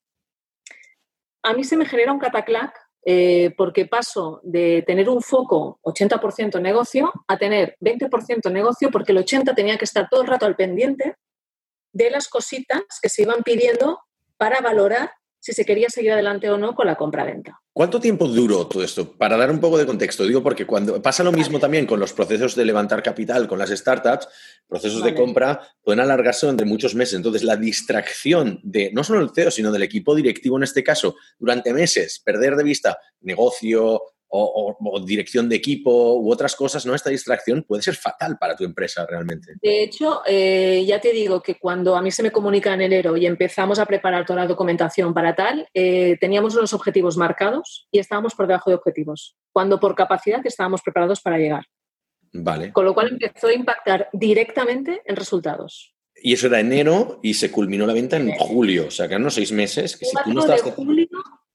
a mí se me genera un cataclac porque paso de tener un foco 80% negocio a tener 20% negocio porque el 80% tenía que estar todo el rato al pendiente de las cositas que se iban pidiendo para valorar si se quería seguir adelante o no con la compra-venta. ¿Cuánto tiempo duró todo esto? Para dar un poco de contexto, digo porque cuando pasa lo mismo también con los procesos de levantar capital, con las startups, procesos de compra pueden alargarse entre muchos meses. Entonces, la distracción de no solo el CEO, sino del equipo directivo en este caso, durante meses, perder de vista negocio o dirección de equipo u otras cosas, ¿no? Esta distracción puede ser fatal para tu empresa realmente. De hecho, ya te digo que cuando a mí se me comunica en enero y empezamos a preparar toda la documentación para tal, teníamos unos objetivos marcados y estábamos por debajo de objetivos, cuando por capacidad estábamos preparados para llegar. Vale. Con lo cual empezó a impactar directamente en resultados. Y eso era enero y se culminó la venta en julio, o sea, que eran unos 6 meses. Que si tú no estabas... de julio...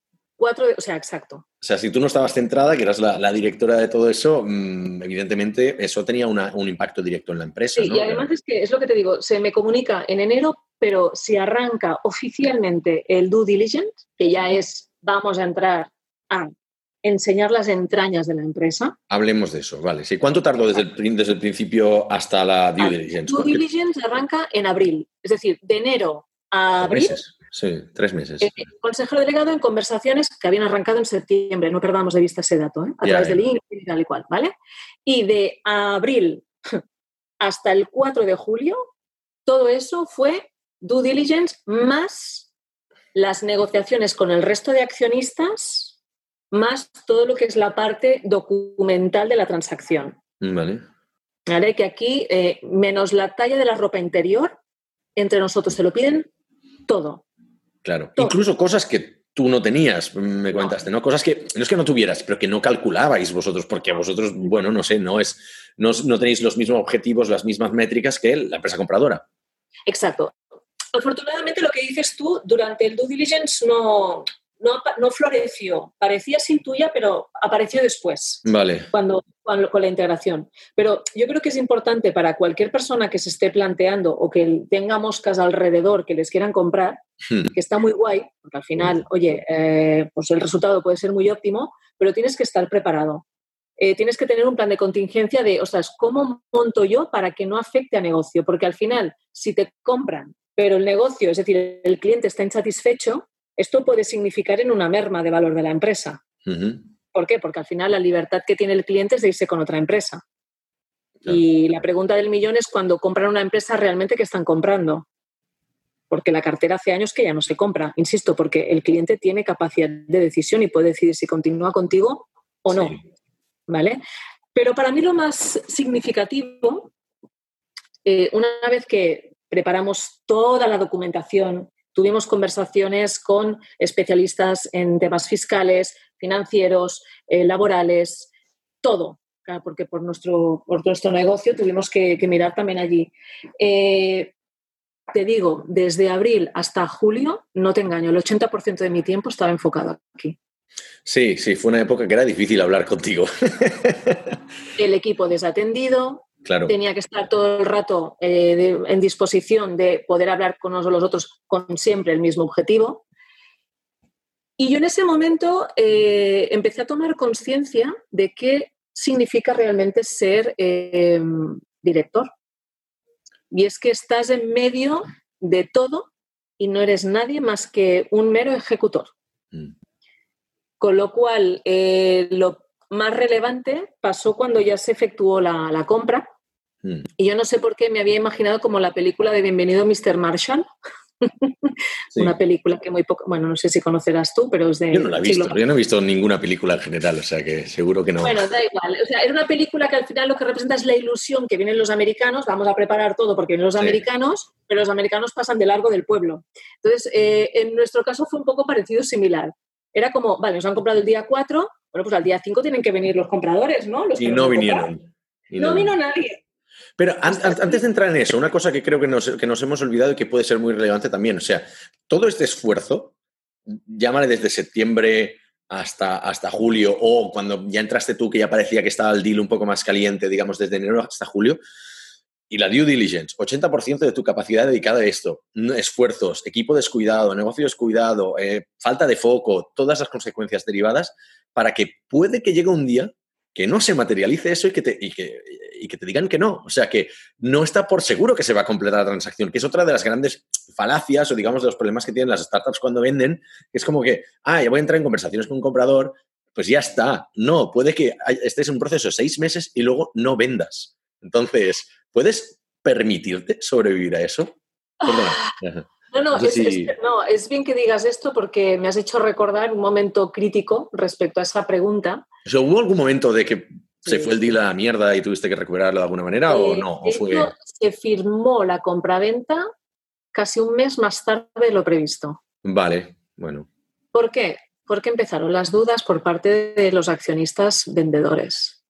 o sea, exacto. O sea, si tú no estabas centrada, que eras la directora de todo eso, evidentemente eso tenía un impacto directo en la empresa. Sí, ¿no? Y además es que, es lo que te digo, se me comunica en enero, pero si arranca oficialmente el due diligence, que ya es, vamos a entrar a enseñar las entrañas de la empresa. Hablemos de eso, vale. Sí, ¿cuánto tardó desde el principio hasta la due diligence? Due diligence arranca en abril, es decir, de enero a abril. Meses. Sí, 3 meses. El consejero delegado en conversaciones que habían arrancado en septiembre, no perdamos de vista ese dato, a través del LinkedIn y tal y cual, ¿vale? Y de abril hasta el 4 de julio, todo eso fue due diligence más las negociaciones con el resto de accionistas, más todo lo que es la parte documental de la transacción. Vale. ¿Vale? Que aquí, menos la talla de la ropa interior, entre nosotros se lo piden todo. Claro, incluso cosas que tú no tenías, me comentaste, ¿no? Cosas que no es que no tuvieras, pero que no calculabais vosotros, porque vosotros, bueno, no sé, no tenéis los mismos objetivos, las mismas métricas que la empresa compradora. Exacto. Afortunadamente, lo que dices tú, durante el due diligence no no floreció. Parecía sin tuya, pero apareció después. Vale. Cuando con la integración. Pero yo creo que es importante para cualquier persona que se esté planteando o que tenga moscas alrededor que les quieran comprar, que está muy guay, porque al final, oye, pues el resultado puede ser muy óptimo, pero tienes que estar preparado. Tienes que tener un plan de contingencia de, ostras, ¿cómo monto yo para que no afecte a negocio? Porque al final, si te compran, pero el negocio, es decir, el cliente está insatisfecho, esto puede significar en una merma de valor de la empresa. ¿Por qué? Porque al final la libertad que tiene el cliente es de irse con otra empresa. Claro. Y la pregunta del millón es cuando compran una empresa realmente ¿qué están comprando? Porque la cartera hace años que ya no se compra. Insisto, porque el cliente tiene capacidad de decisión y puede decidir si continúa contigo o no. Sí. ¿Vale? Pero para mí lo más significativo, una vez que preparamos toda la documentación, tuvimos conversaciones con especialistas en temas fiscales, financieros, laborales, todo, claro, porque por nuestro negocio tuvimos que mirar también allí. Te digo, desde abril hasta julio, no te engaño, el 80% de mi tiempo estaba enfocado aquí. Sí, fue una época que era difícil hablar contigo. El equipo desatendido, claro. Tenía que estar todo el rato en disposición de poder hablar con unos o los otros con siempre el mismo objetivo. Y yo en ese momento empecé a tomar conciencia de qué significa realmente ser director. Y es que estás en medio de todo y no eres nadie más que un mero ejecutor. Con lo cual, lo más relevante pasó cuando ya se efectuó la compra. Y yo no sé por qué me había imaginado como la película de Bienvenido Mr. Marshall. Sí. Una película que muy poco... Bueno, no sé si conocerás tú, pero es de... Yo no la he visto. Yo no he visto ninguna película en general, o sea que seguro que no. Bueno, da igual. O sea, es una película que al final lo que representa es la ilusión que vienen los americanos. Vamos a preparar todo porque vienen los americanos, pero los americanos pasan de largo del pueblo. Entonces, en nuestro caso fue un poco parecido, similar. Era como, vale, nos han comprado el día 4, bueno, pues al día 5 tienen que venir los compradores, ¿no? Los y no vinieron. No vino nadie. Pero antes de entrar en eso, una cosa que creo que nos hemos olvidado y que puede ser muy relevante también, o sea, todo este esfuerzo, llámale desde septiembre hasta julio, o cuando ya entraste tú, que ya parecía que estaba el deal un poco más caliente, digamos, desde enero hasta julio, y la due diligence, 80% de tu capacidad dedicada a esto, esfuerzos, equipo descuidado, negocio descuidado, falta de foco, todas las consecuencias derivadas, para que puede que llegue un día que no se materialice eso y que te digan que no. O sea, que no está por seguro que se va a completar la transacción, que es otra de las grandes falacias o, digamos, de los problemas que tienen las startups cuando venden, que es como que, ya voy a entrar en conversaciones con un comprador, pues ya está. No, puede que estés en un proceso de 6 meses y luego no vendas. Entonces, ¿puedes permitirte sobrevivir a eso? Perdona. No, es bien que digas esto porque me has hecho recordar un momento crítico respecto a esa pregunta. O sea, ¿hubo algún momento de que se fue el deal a la mierda y tuviste que recuperarlo de alguna manera o no? ¿O fue... Se firmó la compraventa casi un mes más tarde de lo previsto. Vale, bueno. ¿Por qué? Porque empezaron las dudas por parte de los accionistas vendedores.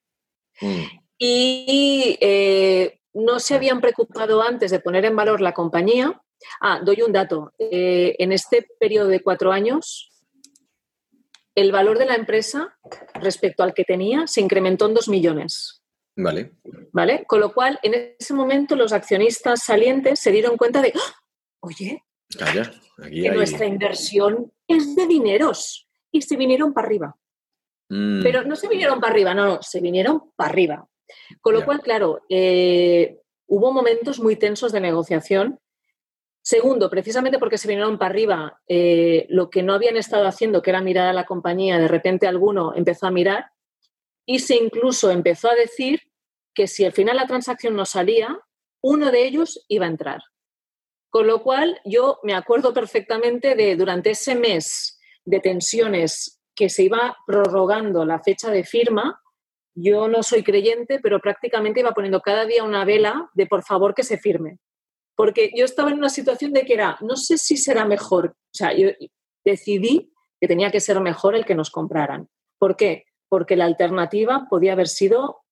Y no se habían preocupado antes de poner en valor la compañía. Doy un dato. En este periodo de 4 años, el valor de la empresa respecto al que tenía se incrementó en 2 millones. Vale. Con lo cual, en ese momento, los accionistas salientes se dieron cuenta de, oye, calla, aquí nuestra inversión es de dineros. Y se vinieron para arriba. Pero no se vinieron para arriba, no, se vinieron para arriba. Con lo cual, claro, hubo momentos muy tensos de negociación. Segundo, precisamente porque se vinieron para arriba, lo que no habían estado haciendo, que era mirar a la compañía, de repente alguno empezó a mirar y se incluso empezó a decir que si al final la transacción no salía, uno de ellos iba a entrar. Con lo cual, yo me acuerdo perfectamente de durante ese mes de tensiones que se iba prorrogando la fecha de firma, yo no soy creyente, pero prácticamente iba poniendo cada día una vela de por favor que se firme. Porque yo estaba en una situación de que era, no sé si será mejor. O sea, yo decidí que tenía que ser mejor el que nos compraran. ¿Por qué? Porque la alternativa podía haber sido...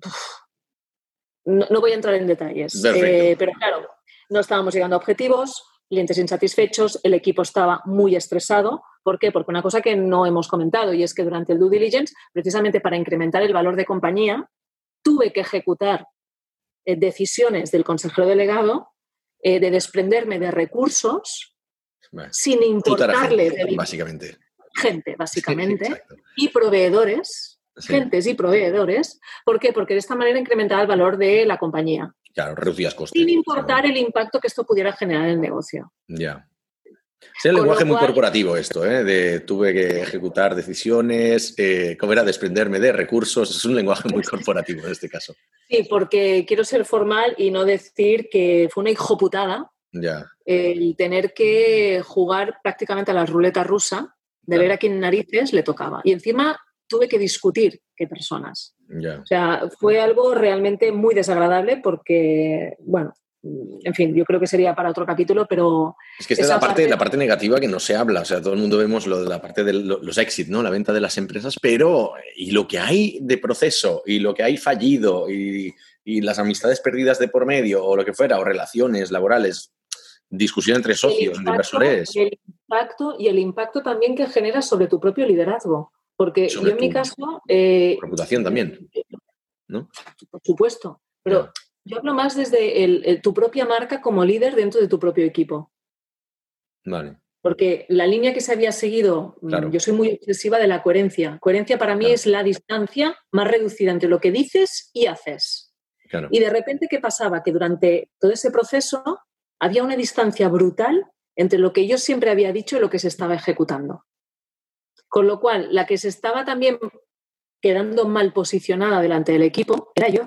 No voy a entrar en detalles. Pero claro, no estábamos llegando a objetivos, clientes insatisfechos, el equipo estaba muy estresado, ¿Por qué? Porque una cosa que no hemos comentado, y es que durante el due diligence, precisamente para incrementar el valor de compañía, tuve que ejecutar decisiones del consejero delegado de desprenderme de recursos sin importarle gente, básicamente. Gente, básicamente, Sí, y proveedores, sí. gentes y proveedores. ¿Por qué? Porque de esta manera incrementaba el valor de la compañía. Claro, reducías costes. Sin importar el impacto que esto pudiera generar en el negocio. Ya. Es el lenguaje muy corporativo esto, de tuve que ejecutar decisiones, cómo era desprenderme de recursos, es un lenguaje muy corporativo en este caso. Sí, porque quiero ser formal y no decir que fue una hijoputada el tener que jugar prácticamente a la ruleta rusa de ver a quién narices le tocaba. Y encima tuve que discutir qué personas. O sea, fue algo realmente muy desagradable porque, bueno, en fin, yo creo que sería para otro capítulo, pero... Es que esta es la parte negativa que no se habla. O sea, todo el mundo vemos lo de la parte de los exit, ¿no? La venta de las empresas, pero y lo que hay de proceso y lo que hay fallido y las amistades perdidas de por medio o lo que fuera, o relaciones laborales, discusión entre socios, entre inversores. El impacto también que genera sobre tu propio liderazgo. Porque yo en mi caso... reputación también, ¿no? Por supuesto, pero... Yo hablo más desde tu propia marca como líder dentro de tu propio equipo. Vale. Porque la línea que se había seguido, yo soy muy obsesiva de la coherencia. Coherencia para mí es la distancia más reducida entre lo que dices y haces. Claro. Y de repente, ¿qué pasaba? Que durante todo ese proceso había una distancia brutal entre lo que yo siempre había dicho y lo que se estaba ejecutando. Con lo cual, la que se estaba también quedando mal posicionada delante del equipo era yo.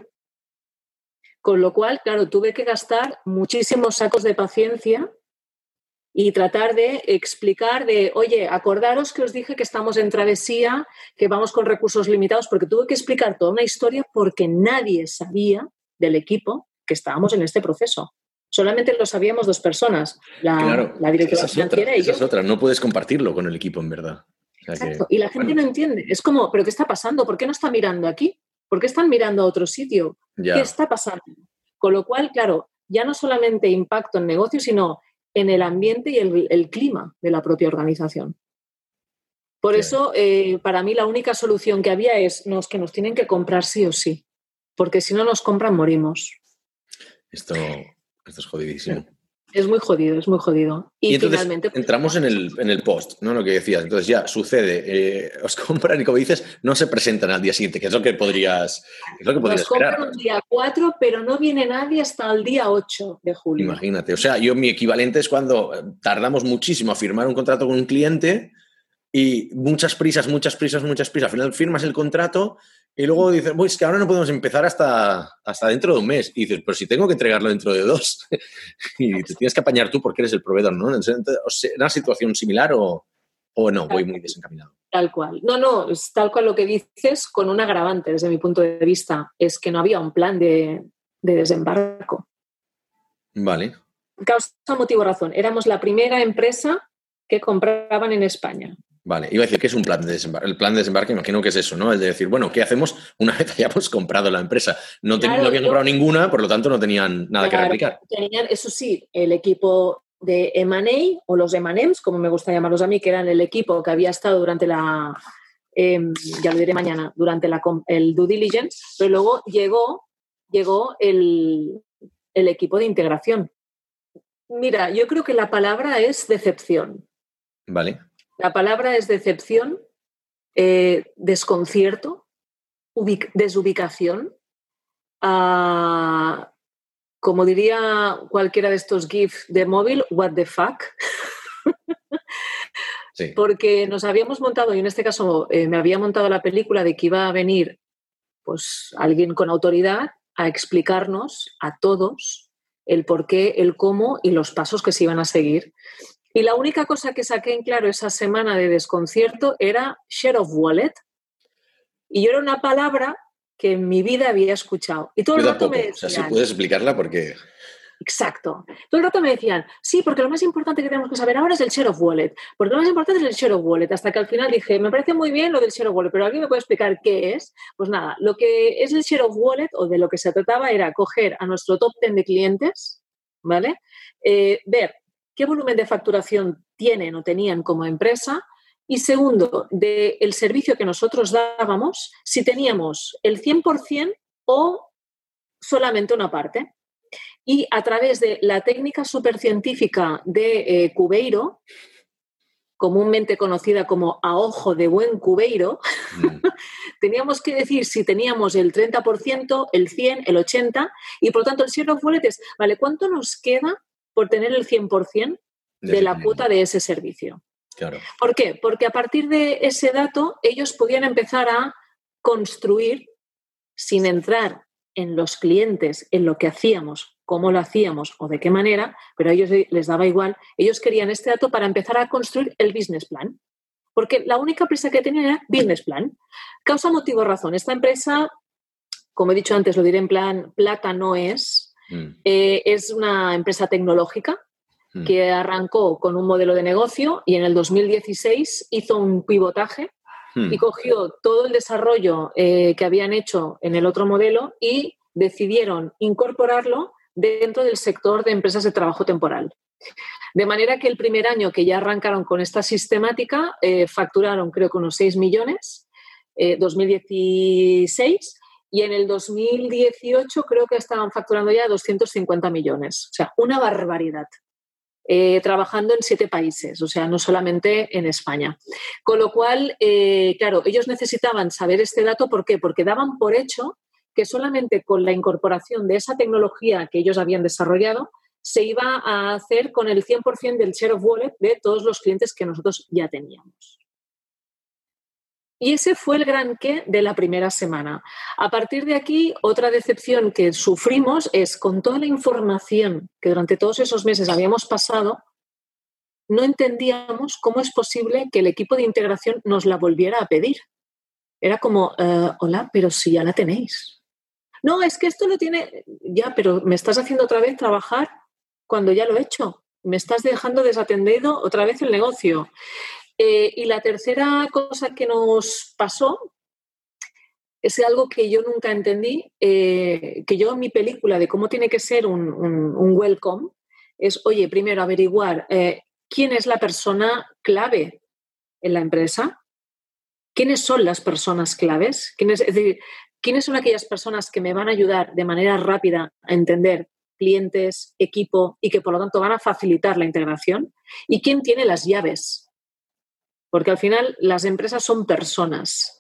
Con lo cual, claro, tuve que gastar muchísimos sacos de paciencia y tratar de explicar oye, acordaros que os dije que estamos en travesía, que vamos con recursos limitados, porque tuve que explicar toda una historia porque nadie sabía del equipo que estábamos en este proceso. Solamente lo sabíamos 2 personas, la directora financiera y yo. Esa es otra, no puedes compartirlo con el equipo, en verdad. O sea exacto, y la gente no entiende. Es como, ¿pero qué está pasando? ¿Por qué no está mirando aquí? ¿Por qué están mirando a otro sitio? ¿Qué está pasando? Con lo cual, claro, ya no solamente impacto en negocio, sino en el ambiente y el clima de la propia organización. Por eso, para mí, la única solución que había es que nos tienen que comprar sí o sí, porque si no nos compran, morimos. Esto es jodidísimo. Es muy jodido, es muy jodido. Y entonces finalmente entramos en el post, ¿no? Lo que decías. Entonces ya sucede, os compran y como dices, no se presentan al día siguiente, que es lo que podrías esperar. Nos compran el día 4, pero no viene nadie hasta el día 8 de julio. Imagínate. O sea, mi equivalente es cuando tardamos muchísimo a firmar un contrato con un cliente y muchas prisas. Al final firmas el contrato y luego dices, es que ahora no podemos empezar hasta dentro de un mes. Y dices, pero si tengo que entregarlo dentro de 2. Y te tienes que apañar tú porque eres el proveedor, ¿no? ¿Una situación similar o no? Voy muy desencaminado. Tal cual. No, es tal cual lo que dices, con un agravante desde mi punto de vista. Es que no había un plan de desembarco. Vale. Causa, motivo, razón. Éramos la primera empresa que compraban en España. Vale, iba a decir que es un plan de desembarque. El plan de desembarque imagino que es eso, ¿no? El de decir, bueno, ¿qué hacemos una vez hayamos comprado la empresa? No habían comprado ninguna, por lo tanto no tenían nada que replicar. Tenían, eso sí, el equipo de M&A o los M&Ms, como me gusta llamarlos a mí, que eran el equipo que había estado durante ya lo diré mañana, durante el due diligence, pero luego llegó el equipo de integración. Mira, yo creo que la palabra es decepción. Vale. La palabra es decepción, desconcierto, desubicación. Como diría cualquiera de estos GIFs de móvil, what the fuck. Sí. Porque nos habíamos montado, y en este caso me había montado la película de que iba a venir pues, alguien con autoridad a explicarnos a todos el por qué, el cómo y los pasos que se iban a seguir. Y la única cosa que saqué en claro esa semana de desconcierto era share of wallet. Y yo era una palabra que en mi vida había escuchado. Y todo el rato me decían... O sea, si puedes explicarla porque... Exacto. Todo el rato me decían, sí, porque lo más importante que tenemos que saber ahora es el share of wallet. Porque lo más importante es el share of wallet. Hasta que al final dije, me parece muy bien lo del share of wallet, pero ¿alguien me puede explicar qué es? Pues nada, lo que es el share of wallet o de lo que se trataba era coger a nuestro top 10 de clientes, ¿vale? Ver qué volumen de facturación tienen o tenían como empresa Y segundo, del servicio que nosotros dábamos, si teníamos el 100% o solamente una parte. Y a través de la técnica supercientífica de Cubeiro, comúnmente conocida como a ojo de buen cubeiro, teníamos que decir si teníamos el 30%, el 100%, el 80%, y por lo tanto el share of wallet es, vale, ¿cuánto nos queda por tener el 100% de la cuota de ese servicio? Claro. ¿Por qué? Porque a partir de ese dato ellos podían empezar a construir, sin entrar en los clientes, en lo que hacíamos, cómo lo hacíamos o de qué manera, pero a ellos les daba igual. Ellos querían este dato para empezar a construir el business plan. Porque la única prisa que tenían era business plan. Causa, motivo, razón. Esta empresa, como he dicho antes, lo diré en plan, plata no es. Es una empresa tecnológica que arrancó con un modelo de negocio y en el 2016 hizo un pivotaje y cogió todo el desarrollo que habían hecho en el otro modelo y decidieron incorporarlo dentro del sector de empresas de trabajo temporal. De manera que el primer año que ya arrancaron con esta sistemática, facturaron creo que unos 6 millones, 2016, y en el 2018 creo que estaban facturando ya 250 millones. O sea, una barbaridad. Trabajando en 7 países, o sea, no solamente en España. Con lo cual, claro, ellos necesitaban saber este dato. ¿Por qué? Porque daban por hecho que solamente con la incorporación de esa tecnología que ellos habían desarrollado se iba a hacer con el 100% del share of wallet de todos los clientes que nosotros ya teníamos. Y ese fue el gran qué de la primera semana. A partir de aquí, otra decepción que sufrimos es, con toda la información que durante todos esos meses habíamos pasado, no entendíamos cómo es posible que el equipo de integración nos la volviera a pedir. Era como, hola, pero si ya la tenéis. No, es que esto lo tiene... Ya, pero me estás haciendo otra vez trabajar cuando ya lo he hecho. Me estás dejando desatendido otra vez el negocio. Y la tercera cosa que nos pasó es algo que yo nunca entendí, que yo en mi película de cómo tiene que ser un welcome, es, oye, primero averiguar quién es la persona clave en la empresa, quiénes son las personas claves, es decir, quiénes son aquellas personas que me van a ayudar de manera rápida a entender clientes, equipo y que por lo tanto van a facilitar la integración, y quién tiene las llaves. Porque al final las empresas son personas.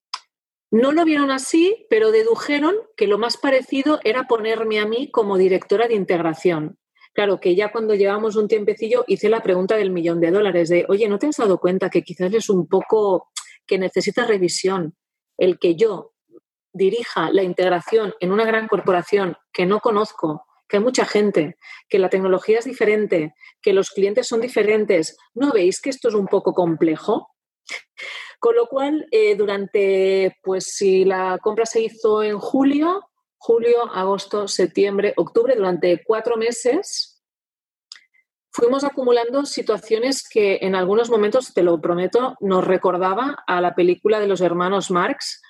No lo vieron así, pero dedujeron que lo más parecido era ponerme a mí como directora de integración. Claro, que ya cuando llevamos un tiempecillo hice la pregunta del $1.000.000 de, oye, ¿no te has dado cuenta que quizás es un poco que necesita revisión el que yo dirija la integración en una gran corporación que no conozco, que hay mucha gente, que la tecnología es diferente, que los clientes son diferentes? ¿No veis que esto es un poco complejo? Con lo cual, durante, pues si la compra se hizo en julio, agosto, septiembre, octubre, durante 4 meses, fuimos acumulando situaciones que en algunos momentos, te lo prometo, nos recordaba a la película de los hermanos Marx,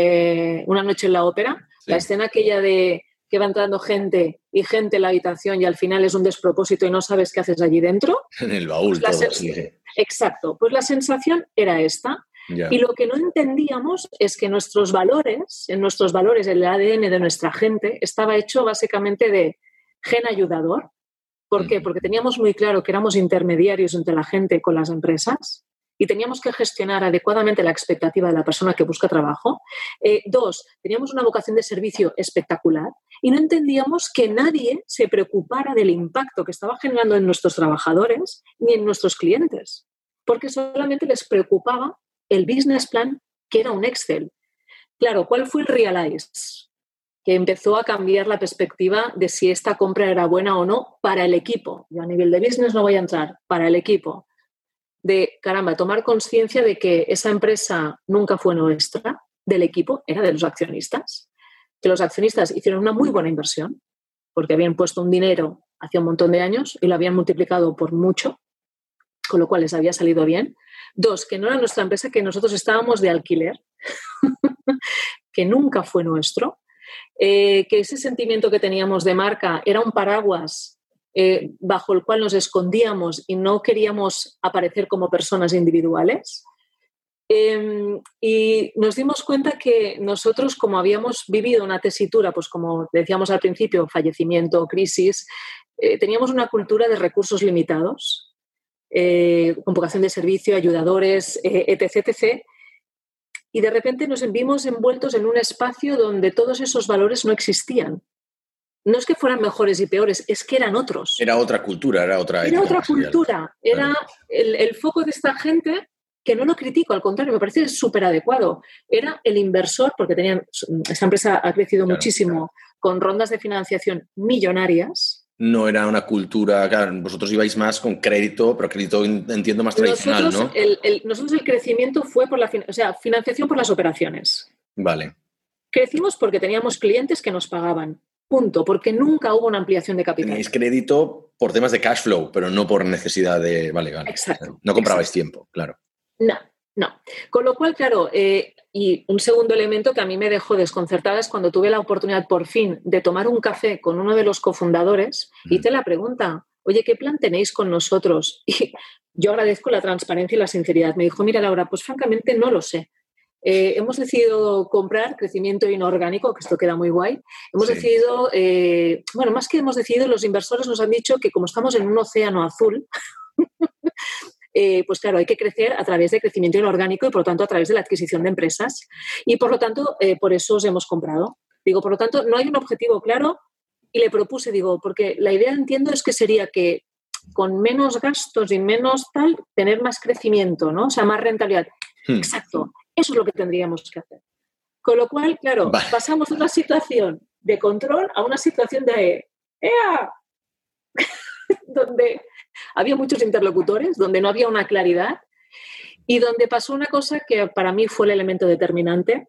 Una noche en la ópera, sí. La escena aquella de que va entrando gente en la habitación y al final es un despropósito y no sabes qué haces allí dentro. En el baúl pues todo, sí. Exacto, pues la sensación era esta. Ya. Y lo que no entendíamos es que en nuestros valores, el ADN de nuestra gente, estaba hecho básicamente de gen ayudador. ¿Por qué? Porque teníamos muy claro que éramos intermediarios entre la gente con las empresas y teníamos que gestionar adecuadamente la expectativa de la persona que busca trabajo. 2, teníamos una vocación de servicio espectacular y no entendíamos que nadie se preocupara del impacto que estaba generando en nuestros trabajadores ni en nuestros clientes, porque solamente les preocupaba el business plan, que era un Excel. Claro, ¿cuál fue el realize? Que empezó a cambiar la perspectiva de si esta compra era buena o no para el equipo. Yo a nivel de business no voy a entrar, para el equipo. De, caramba, tomar conciencia de que esa empresa nunca fue nuestra, del equipo, era de los accionistas. Que los accionistas hicieron una muy buena inversión, porque habían puesto un dinero hace un montón de años y lo habían multiplicado por mucho, con lo cual les había salido bien. 2, que no era nuestra empresa, que nosotros estábamos de alquiler, que nunca fue nuestro. Que ese sentimiento que teníamos de marca era un paraguas bajo el cual nos escondíamos y no queríamos aparecer como personas individuales. Y nos dimos cuenta que nosotros, como habíamos vivido una tesitura, pues como decíamos al principio, fallecimiento, crisis, teníamos una cultura de recursos limitados, con vocación de servicio, ayudadores, etc., etc., y de repente nos vimos envueltos en un espacio donde todos esos valores no existían. No es que fueran mejores y peores, es que eran otros. Era otra cultura, era otra ética. Era otra cultura. Era Claro. el foco de esta gente, que no lo critico, al contrario, me parece súper adecuado. Era el inversor, porque esa empresa ha crecido muchísimo, con rondas de financiación millonarias. No era una cultura, claro, vosotros ibais más con crédito, pero crédito entiendo más tradicional, Nosotros, ¿no? Nosotros el crecimiento fue por financiación por las operaciones. Vale. Crecimos porque teníamos clientes que nos pagaban. Punto, porque nunca hubo una ampliación de capital. Teníais crédito por temas de cash flow, pero no por necesidad de... Vale. Exacto. No comprabais tiempo, claro. No. Con lo cual, claro, y un segundo elemento que a mí me dejó desconcertada es cuando tuve la oportunidad por fin de tomar un café con uno de los cofundadores, hice la pregunta, oye, ¿qué plan tenéis con nosotros? Y yo agradezco la transparencia y la sinceridad. Me dijo, mira, Laura, pues francamente no lo sé. Hemos decidido comprar crecimiento inorgánico, que esto queda muy guay. Hemos decidido, más que hemos decidido, los inversores nos han dicho que como estamos en un océano azul, pues claro, hay que crecer a través de crecimiento inorgánico y por lo tanto a través de la adquisición de empresas. Y por lo tanto, por eso os hemos comprado. Digo, por lo tanto, no hay un objetivo claro y le propuse, porque la idea, entiendo, es que sería que con menos gastos y menos tal, tener más crecimiento, ¿no? O sea, más rentabilidad. Exacto. Eso es lo que tendríamos que hacer. Con lo cual, claro, pasamos de una situación de control a una situación de ¡ea! Donde había muchos interlocutores, donde no había una claridad y donde pasó una cosa que para mí fue el elemento determinante,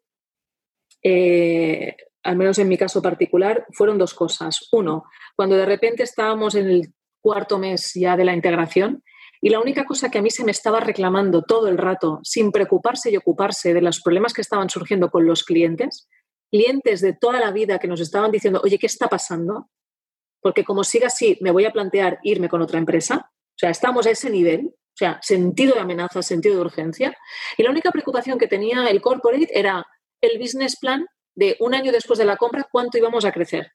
al menos en mi caso particular, fueron dos cosas. Uno, cuando de repente estábamos en el 4º mes ya de la integración y la única cosa que a mí se me estaba reclamando todo el rato, sin preocuparse y ocuparse de los problemas que estaban surgiendo con los clientes de toda la vida que nos estaban diciendo, oye, ¿qué está pasando? Porque como siga así, me voy a plantear irme con otra empresa. O sea, estamos a ese nivel, o sea, sentido de amenaza, sentido de urgencia. Y la única preocupación que tenía el corporate era el business plan de un año después de la compra, cuánto íbamos a crecer.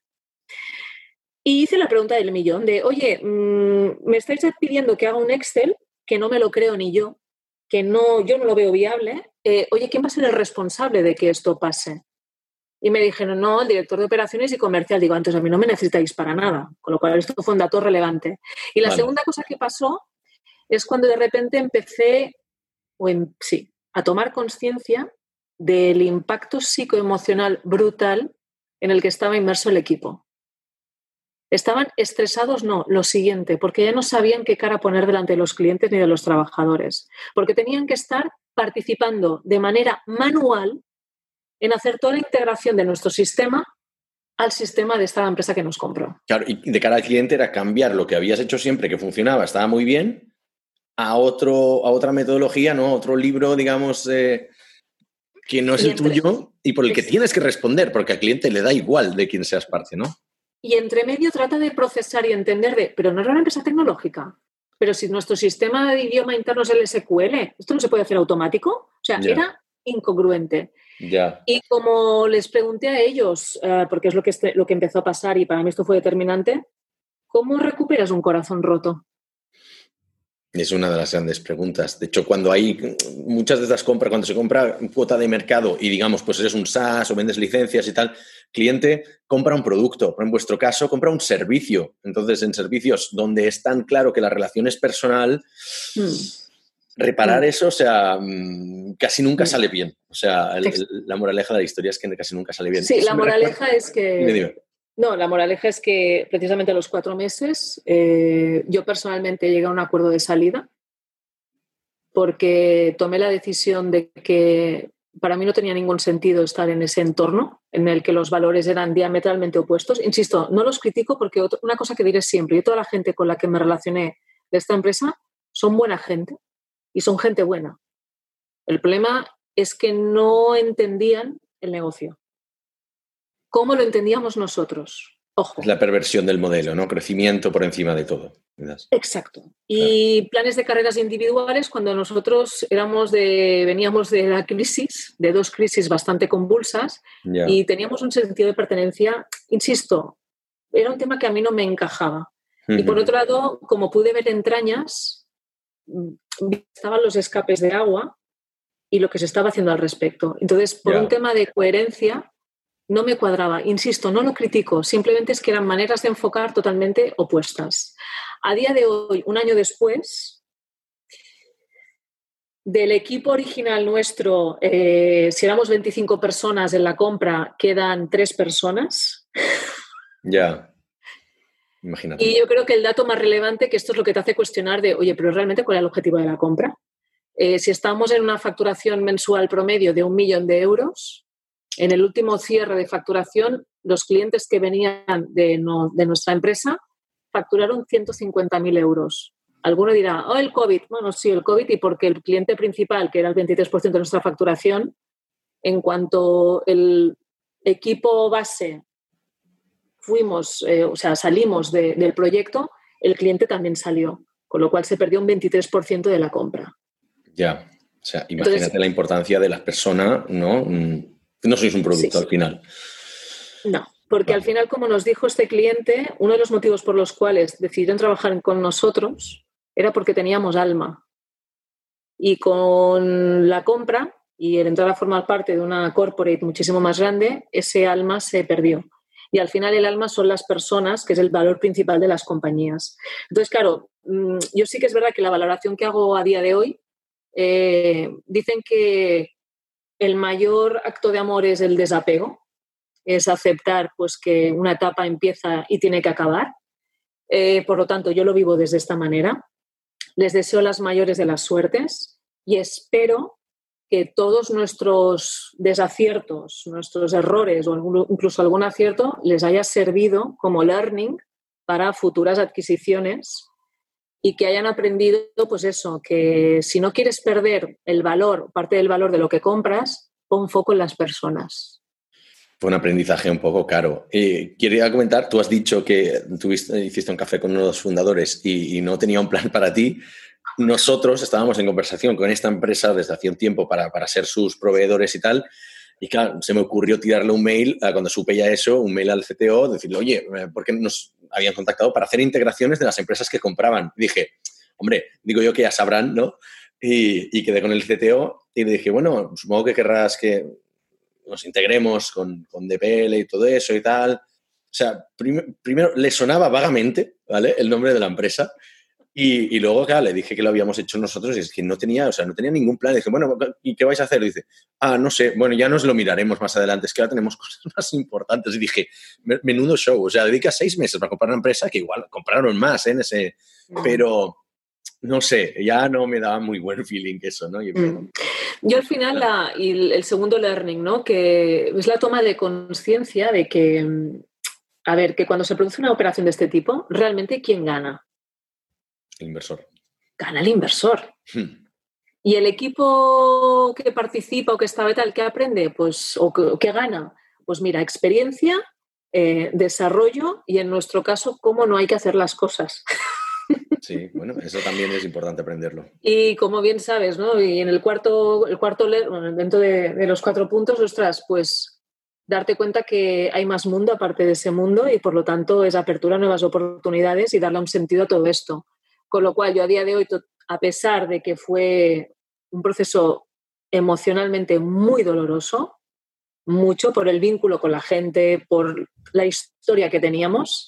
Y hice la pregunta del millón de, oye, me estáis pidiendo que haga un Excel, que no me lo creo ni yo, yo no lo veo viable. Oye, ¿quién va a ser el responsable de que esto pase? Y me dijeron, no, el director de operaciones y comercial. Digo, antes a mí no me necesitáis para nada, con lo cual esto fue un dato relevante. Y la segunda cosa que pasó es cuando de repente empecé a tomar conciencia del impacto psicoemocional brutal en el que estaba inmerso el equipo. Estaban estresados, no, lo siguiente, porque ya no sabían qué cara poner delante de los clientes ni de los trabajadores, porque tenían que estar participando de manera manual en hacer toda la integración de nuestro sistema al sistema de esta empresa que nos compró. Claro, y de cara al cliente era cambiar lo que habías hecho siempre, que funcionaba, estaba muy bien, a otra metodología, ¿no? Otro libro, digamos, que no es el tuyo y por el que tienes que responder, porque al cliente le da igual de quién seas parte, ¿no? Y entre medio trata de procesar y entender pero no era una empresa tecnológica. Pero si nuestro sistema de idioma interno es el SQL, ¿esto no se puede hacer automático? O sea, era incongruente. Y como les pregunté a ellos, porque es lo que empezó a pasar y para mí esto fue determinante, ¿cómo recuperas un corazón roto? Es una de las grandes preguntas. De hecho, cuando hay muchas de estas compras, cuando se compra cuota de mercado y digamos, pues eres un SaaS o vendes licencias y tal, cliente compra un producto, pero en vuestro caso compra un servicio. Entonces, en servicios donde es tan claro que la relación es personal, reparar eso, o sea, casi nunca sale bien. O sea, la moraleja de la historia es que casi nunca sale bien. Sí, la moraleja es que... Dime. No, la moraleja es que precisamente a los 4 meses yo personalmente llegué a un acuerdo de salida porque tomé la decisión de que para mí no tenía ningún sentido estar en ese entorno en el que los valores eran diametralmente opuestos. Insisto, no los critico porque una cosa que diré siempre, y toda la gente con la que me relacioné de esta empresa son buena gente y son gente buena. El problema es que no entendían el negocio. ¿Cómo lo entendíamos nosotros? Ojo. Es la perversión del modelo, ¿no? Crecimiento por encima de todo. Exacto. Y planes de carreras individuales, cuando nosotros veníamos de la crisis, de 2 crisis bastante convulsas, y teníamos un sentido de pertenencia, insisto, era un tema que a mí no me encajaba. Y por otro lado, como pude ver entrañas, estaban los escapes de agua y lo que se estaba haciendo al respecto. Entonces, por un tema de coherencia, no me cuadraba. Insisto, no lo critico, simplemente es que eran maneras de enfocar totalmente opuestas. A día de hoy, un año después, del equipo original nuestro, si éramos 25 personas en la compra, quedan 3 personas. Ya. Imagínate. Y yo creo que el dato más relevante, que esto es lo que te hace cuestionar de, oye, pero realmente ¿cuál es el objetivo de la compra? Si estamos en una facturación mensual promedio de 1 millón de euros, en el último cierre de facturación, los clientes que venían de nuestra empresa facturaron 150.000 euros. Alguno dirá, el COVID. Bueno, sí, el COVID, y porque el cliente principal, que era el 23% de nuestra facturación, en cuanto el equipo base salimos del proyecto, el cliente también salió, con lo cual se perdió un 23% de la compra. Ya, o sea, imagínate. Entonces, la importancia de las personas, ¿no? No sois un producto al final. No, porque al final, como nos dijo este cliente, uno de los motivos por los cuales decidieron trabajar con nosotros era porque teníamos alma. Y con la compra y el entrar a formar parte de una corporate muchísimo más grande, ese alma se perdió. Y al final el alma son las personas, que es el valor principal de las compañías. Entonces, claro, yo sí que es verdad que la valoración que hago a día de hoy, dicen que el mayor acto de amor es el desapego, es aceptar pues, que una etapa empieza y tiene que acabar. Por lo tanto, yo lo vivo desde esta manera. Les deseo las mayores de las suertes y espero que todos nuestros desaciertos, nuestros errores o incluso algún acierto les haya servido como learning para futuras adquisiciones y que hayan aprendido, pues eso, que si no quieres perder el valor, parte del valor de lo que compras, pon foco en las personas. Fue un aprendizaje un poco caro. Quería comentar, tú has dicho que hiciste un café con uno de los fundadores y no tenía un plan para ti. Nosotros estábamos en conversación con esta empresa desde hace un tiempo para ser sus proveedores y tal. Y claro, se me ocurrió tirarle un mail, cuando supe ya eso, un mail al CTO, decirle, oye, ¿por qué nos habían contactado para hacer integraciones de las empresas que compraban? Y dije, hombre, digo yo que ya sabrán, ¿no? Y quedé con el CTO y le dije, bueno, supongo que querrás que nos integremos con DPL y todo eso y tal. O sea, primero le sonaba vagamente, ¿vale?, el nombre de la empresa. Y luego, claro, le dije que lo habíamos hecho nosotros y es que no tenía ningún plan. Le dije, bueno, ¿y qué vais a hacer? Y dice, no sé, bueno, ya nos lo miraremos más adelante, es que ahora tenemos cosas más importantes. Y dije, menudo show, o sea, dedica 6 meses para comprar una empresa que igual compraron más en ese... Pero, no sé, ya no me daba muy buen feeling eso, ¿no? Yo al final, el segundo learning, ¿no?, que es la toma de conciencia de que, a ver, que cuando se produce una operación de este tipo, realmente ¿quién gana? El inversor. Gana el inversor. ¿Y el equipo que participa o que está y tal, qué aprende? Pues, o qué gana? Pues mira, experiencia, desarrollo y en nuestro caso, cómo no hay que hacer las cosas. Sí, bueno, eso también es importante aprenderlo. Y como bien sabes, ¿no? Y en el cuarto dentro de los 4 puntos, ostras, pues darte cuenta que hay más mundo aparte de ese mundo y por lo tanto es apertura a nuevas oportunidades y darle un sentido a todo esto. Con lo cual yo a día de hoy, a pesar de que fue un proceso emocionalmente muy doloroso, mucho por el vínculo con la gente, por la historia que teníamos,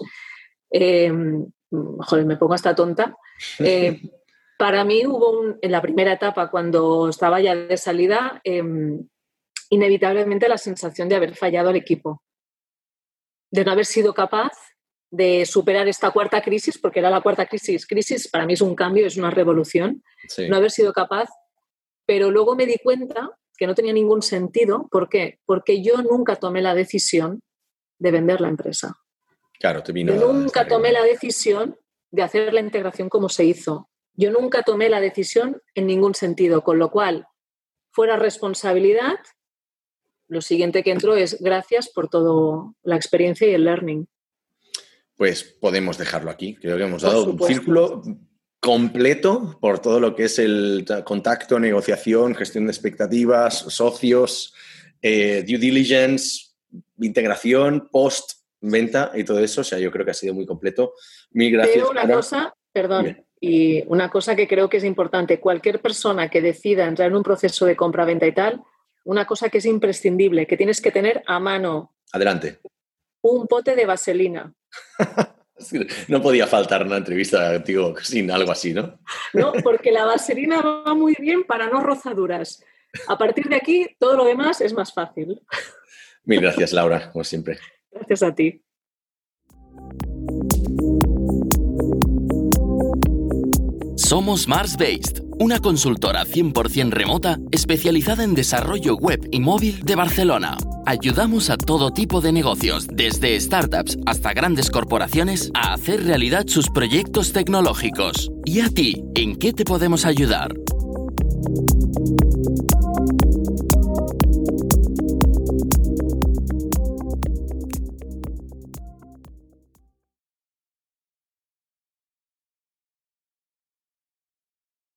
joder, me pongo hasta tonta. Para mí hubo en la primera etapa, cuando estaba ya de salida, inevitablemente la sensación de haber fallado al equipo, de no haber sido capaz de superar esta cuarta crisis, porque era la cuarta crisis. Crisis para mí es un cambio, es una revolución. Sí. No haber sido capaz, pero luego me di cuenta que no tenía ningún sentido. ¿Por qué? Porque yo nunca tomé la decisión de vender la empresa. Claro, yo nunca tomé la decisión de hacer la integración como se hizo. Yo nunca tomé la decisión en ningún sentido, con lo cual, fuera responsabilidad, lo siguiente que entró es gracias por toda la experiencia y el learning. pues podemos dejarlo aquí. Creo que hemos dado un círculo completo por todo lo que es el contacto, negociación, gestión de expectativas, socios, due diligence, integración, post-venta y todo eso. O sea, yo creo que ha sido muy completo. Mil gracias. Pero una cosa, perdón, bien. Y una cosa que creo que es importante, cualquier persona que decida entrar en un proceso de compra-venta y tal, una cosa que es imprescindible, que tienes que tener a mano. Adelante. Un pote de vaselina. No podía faltar una entrevista contigo sin algo así, ¿no? No, porque la vaselina va muy bien para no rozaduras. A partir de aquí, todo lo demás es más fácil. Mil gracias, Laura, como siempre. Gracias a ti. Somos Mars-Based, una consultora 100% remota especializada en desarrollo web y móvil de Barcelona. Ayudamos a todo tipo de negocios, desde startups hasta grandes corporaciones, a hacer realidad sus proyectos tecnológicos. ¿Y a ti, en qué te podemos ayudar?